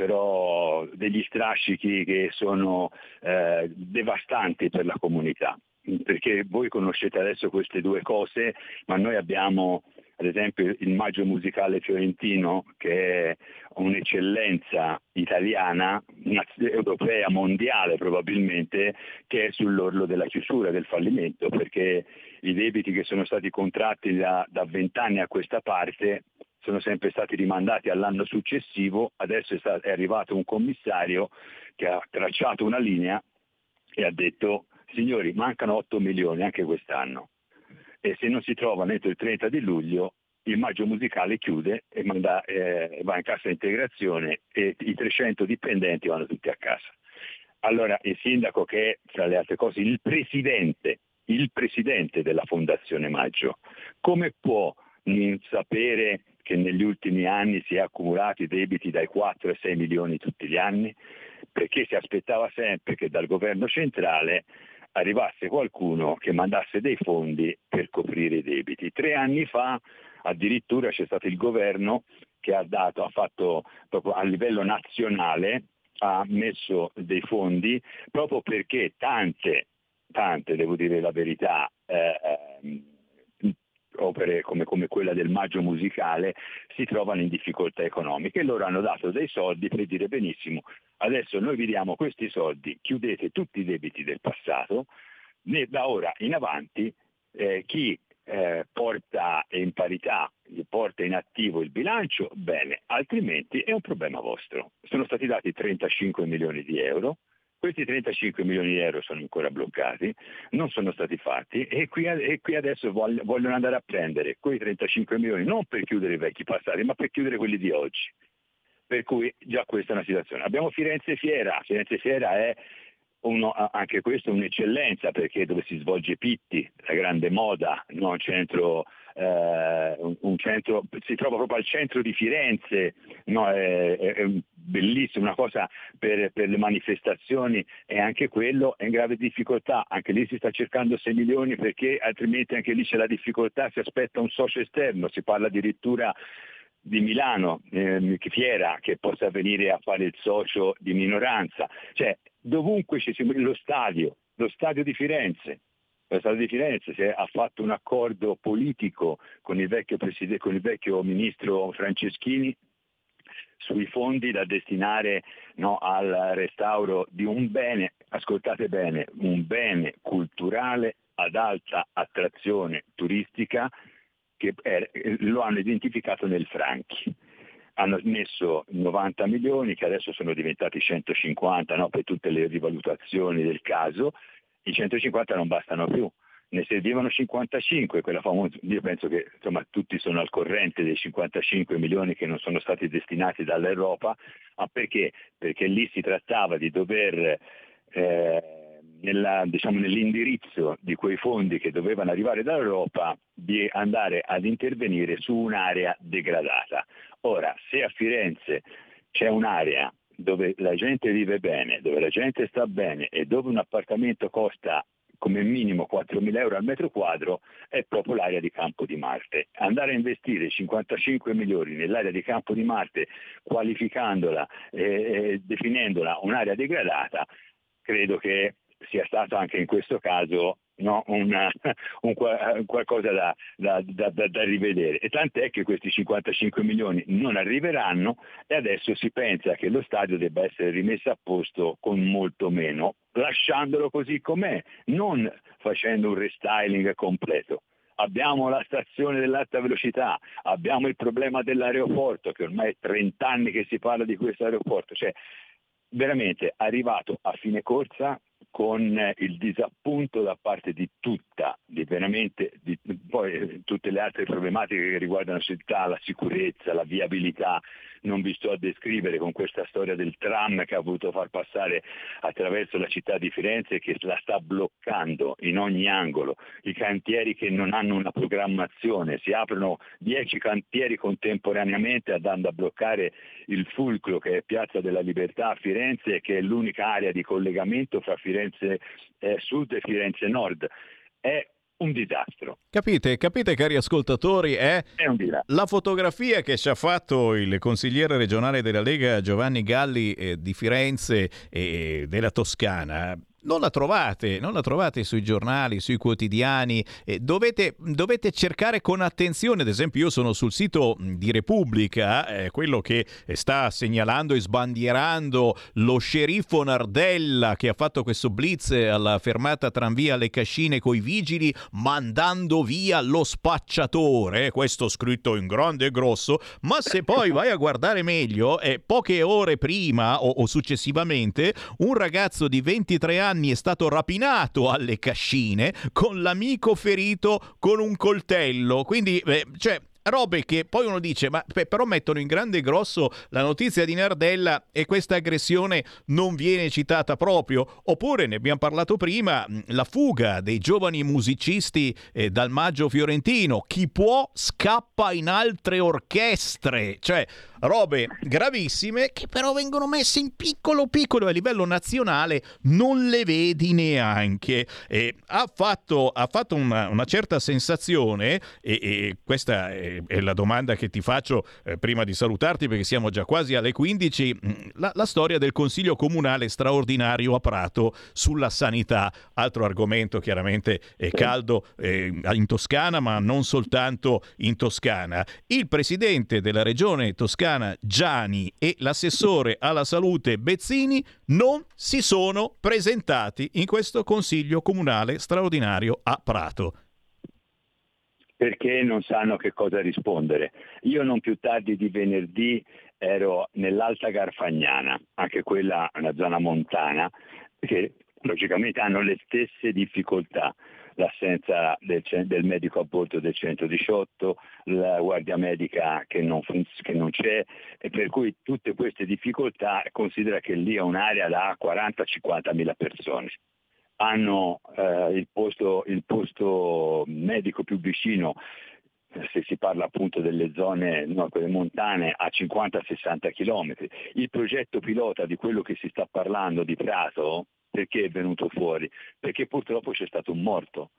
però degli strascichi che sono eh, devastanti per la comunità. Perché voi conoscete adesso queste due cose, ma noi abbiamo ad esempio il Maggio Musicale Fiorentino, che è un'eccellenza italiana, europea, mondiale probabilmente, che è sull'orlo della chiusura, del fallimento, perché i debiti che sono stati contratti da vent'anni a questa parte sono sempre stati rimandati all'anno successivo. Adesso è, stato, è arrivato un commissario che ha tracciato una linea e ha detto: signori, mancano otto milioni anche quest'anno, e se non si trovano entro il trenta di luglio il Maggio Musicale chiude e manda, eh, va in cassa integrazione e i trecento dipendenti vanno tutti a casa. Allora il sindaco, che è tra le altre cose il presidente, il presidente della Fondazione Maggio, come può non sapere che negli ultimi anni si è accumulato i debiti dai quattro ai sei milioni tutti gli anni? Perché si aspettava sempre che dal governo centrale arrivasse qualcuno che mandasse dei fondi per coprire i debiti. Tre anni fa addirittura c'è stato il governo che ha dato, ha fatto proprio a livello nazionale, ha messo dei fondi proprio perché tante, tante, devo dire la verità, eh, opere come, come quella del Maggio Musicale si trovano in difficoltà economiche, e loro hanno dato dei soldi per dire: benissimo, adesso noi vi diamo questi soldi, chiudete tutti i debiti del passato, né da ora in avanti eh, chi eh, porta in parità, porta in attivo il bilancio, bene, altrimenti è un problema vostro. Sono stati dati trentacinque milioni di euro. Questi trentacinque milioni di euro sono ancora bloccati, non sono stati fatti, e qui, e qui adesso voglio, vogliono andare a prendere quei trentacinque milioni non per chiudere i vecchi passati, ma per chiudere quelli di oggi. Per cui già questa è una situazione. Abbiamo Firenze Fiera. Firenze Fiera è uno, anche questo un'eccellenza, perché dove si svolge Pitti, la grande moda, no? un centro... Uh, un, un centro, si trova proprio al centro di Firenze, no? è, è, è bellissimo, una cosa per, per le manifestazioni, e anche quello è in grave difficoltà. Anche lì si sta cercando sei milioni, perché altrimenti anche lì c'è la difficoltà, si aspetta un socio esterno, si parla addirittura di Milano, eh, Fiera, che possa venire a fare il socio di minoranza. Cioè dovunque ci sia lo stadio, lo stadio di Firenze. Lo Stato di Firenze si è, ha fatto un accordo politico con il vecchio presidente, con il vecchio ministro Franceschini sui fondi da destinare, no, al restauro di un bene, ascoltate bene, un bene culturale ad alta attrazione turistica, che è, lo hanno identificato nel Franchi. Hanno messo novanta milioni, che adesso sono diventati centocinquanta, no, per tutte le rivalutazioni del caso. I centocinquanta non bastano più, ne servivano cinquantacinque, quella famosa. Io penso che insomma tutti sono al corrente dei cinquantacinque milioni che non sono stati destinati dall'Europa, ma perché? Perché lì si trattava di dover, eh, nella, diciamo, nell'indirizzo di quei fondi che dovevano arrivare dall'Europa, di andare ad intervenire su un'area degradata. Ora, se a Firenze c'è un'area dove la gente vive bene, dove la gente sta bene e dove un appartamento costa come minimo quattromila euro al metro quadro, è proprio l'area di Campo di Marte. Andare a investire cinquantacinque milioni nell'area di Campo di Marte, qualificandola e, e definendola un'area degradata, credo che sia stato anche in questo caso, no, una, un, qualcosa da, da, da, da rivedere. E tant'è che questi cinquantacinque milioni non arriveranno, e adesso si pensa che lo stadio debba essere rimesso a posto con molto meno, lasciandolo così com'è, non facendo un restyling completo. Abbiamo la stazione dell'alta velocità, abbiamo il problema dell'aeroporto, che ormai è trenta anni che si parla di questo aeroporto, cioè veramente arrivato a fine corsa con il disappunto da parte di tutta, di veramente di, poi tutte le altre problematiche che riguardano la città, la sicurezza, la viabilità. Non vi sto a descrivere con questa storia del tram che ha voluto far passare attraverso la città di Firenze, che la sta bloccando in ogni angolo, i cantieri che non hanno una programmazione, si aprono dieci cantieri contemporaneamente andando a bloccare il fulcro che è Piazza della Libertà a Firenze, che è l'unica area di collegamento fra Firenze eh, Sud e Firenze Nord. È un disastro. Capite, capite cari ascoltatori, è, è un disastro. La fotografia che ci ha fatto il consigliere regionale della Lega Giovanni Galli eh, di Firenze e della Toscana non la trovate, non la trovate sui giornali, sui quotidiani, eh, dovete, dovete cercare con attenzione. Ad esempio io sono sul sito di Repubblica, eh, quello che sta segnalando e sbandierando lo sceriffo Nardella che ha fatto questo blitz alla fermata tranvia alle Cascine coi vigili mandando via lo spacciatore, questo scritto in grande e grosso, ma se poi vai a guardare meglio, eh, poche ore prima o, o successivamente un ragazzo di ventitré anni è stato rapinato alle Cascine con l'amico ferito con un coltello. Quindi, eh, cioè, robe che poi uno dice, ma beh, però mettono in grande e grosso la notizia di Nardella e questa aggressione non viene citata proprio. Oppure, ne abbiamo parlato prima, la fuga dei giovani musicisti eh, dal Maggio fiorentino. Chi può scappa in altre orchestre. Cioè, robe gravissime che però vengono messe in piccolo piccolo a livello nazionale, non le vedi neanche. E ha fatto, ha fatto una, una certa sensazione, e, e questa è è la domanda che ti faccio eh, prima di salutarti, perché siamo già quasi alle quindici, la, la storia del Consiglio Comunale straordinario a Prato sulla sanità, altro argomento chiaramente è caldo eh, in Toscana, ma non soltanto in Toscana. Il presidente della regione toscana Giani e l'assessore alla salute Bezzini non si sono presentati in questo Consiglio Comunale straordinario a Prato. Perché non sanno che cosa rispondere. Io non più tardi di venerdì ero nell'Alta Garfagnana, anche quella una zona montana, che logicamente hanno le stesse difficoltà, l'assenza del, del medico a bordo del centodiciotto, la guardia medica che non, che non c'è, e per cui tutte queste difficoltà, considera che lì è un'area da quaranta cinquanta mila persone. Hanno eh, il, posto, il posto medico più vicino, se si parla appunto delle zone, no, quelle montane, a cinquanta sessanta chilometri. Il progetto pilota di quello che si sta parlando di Prato, perché è venuto fuori? Perché purtroppo c'è stato un morto.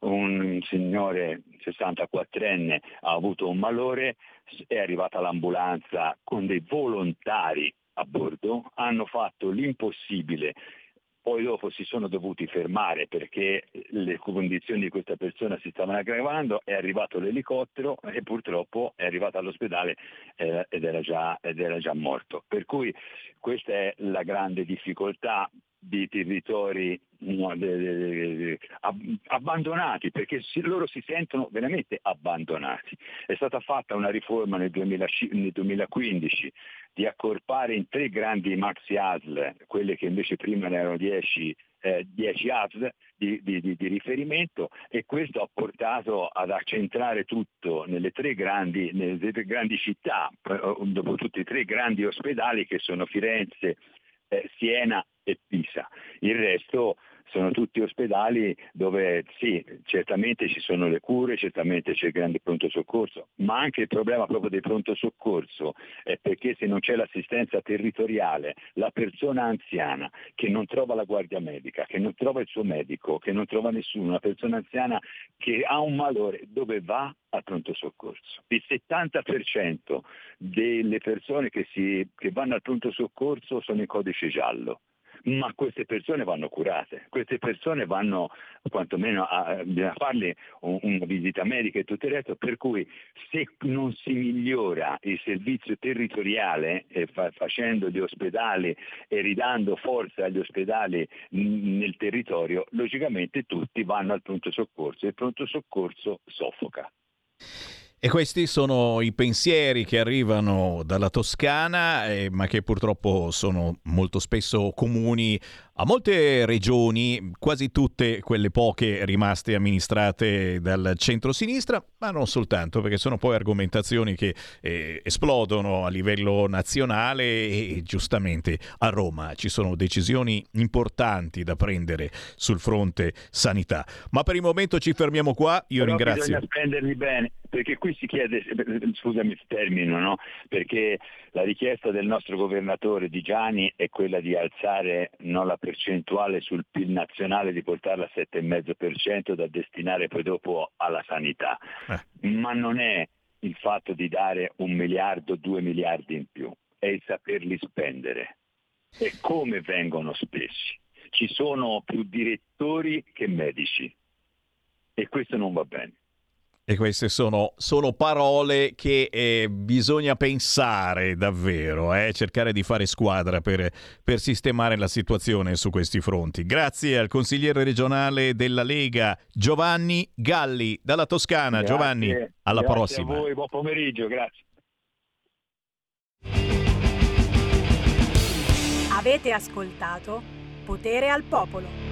Un signore sessantaquattrenne ha avuto un malore, è arrivata l'ambulanza con dei volontari a bordo, hanno fatto l'impossibile. Poi dopo si sono dovuti fermare perché le condizioni di questa persona si stavano aggravando, è arrivato l'elicottero e purtroppo è arrivato all'ospedale eh, ed, era già, ed era già morto. Per cui questa è la grande difficoltà di territori no, de, de, de, de, ab- abbandonati, perché si, loro si sentono veramente abbandonati. È stata fatta una riforma nel, duemila, nel duemilaquindici di accorpare in tre grandi maxi A S L, quelle che invece prima erano dieci, eh, dieci A S L di, di, di, di riferimento, e questo ha portato ad accentrare tutto nelle tre grandi, nelle tre grandi città, dopo tutti i tre grandi ospedali che sono Firenze, Eh, Siena e Pisa. Il resto sono tutti ospedali dove sì, certamente ci sono le cure, certamente c'è il grande pronto soccorso, ma anche il problema proprio del pronto soccorso è perché se non c'è l'assistenza territoriale, la persona anziana che non trova la guardia medica, che non trova il suo medico, che non trova nessuno, una persona anziana che ha un malore, dove va? Al pronto soccorso. Il settanta per cento delle persone che, si, che vanno al pronto soccorso sono in codice giallo. Ma queste persone vanno curate, queste persone vanno quantomeno a, a farle un, una visita medica e tutto il resto, per cui se non si migliora il servizio territoriale eh, fa, facendo gli ospedali e ridando forza agli ospedali n- nel territorio, logicamente tutti vanno al pronto soccorso e il pronto soccorso soffoca. E questi sono i pensieri che arrivano dalla Toscana, eh, ma che purtroppo sono molto spesso comuni a molte regioni, quasi tutte quelle poche rimaste amministrate dal centro-sinistra, ma non soltanto, perché sono poi argomentazioni che eh, esplodono a livello nazionale e giustamente a Roma ci sono decisioni importanti da prendere sul fronte sanità. Ma per il momento ci fermiamo qua, io Però ringrazio. Bisogna spenderli bene, perché qui si chiede, scusami il termine, no? Perché la richiesta del nostro governatore Di Giani è quella di alzare non la percentuale sul P I L nazionale, di portarla a sette virgola cinque per cento da destinare poi dopo alla sanità, eh. ma non è il fatto di dare un miliardo, due miliardi in più, è il saperli spendere e come vengono spesi. ci sono più direttori che medici e questo non va bene. E queste sono, sono parole che eh, bisogna pensare davvero, eh? cercare di fare squadra per, per sistemare la situazione su questi fronti. Grazie al consigliere regionale della Lega Giovanni Galli dalla Toscana. Grazie, Giovanni, alla grazie prossima. A voi, buon pomeriggio, grazie. Avete ascoltato Potere al Popolo.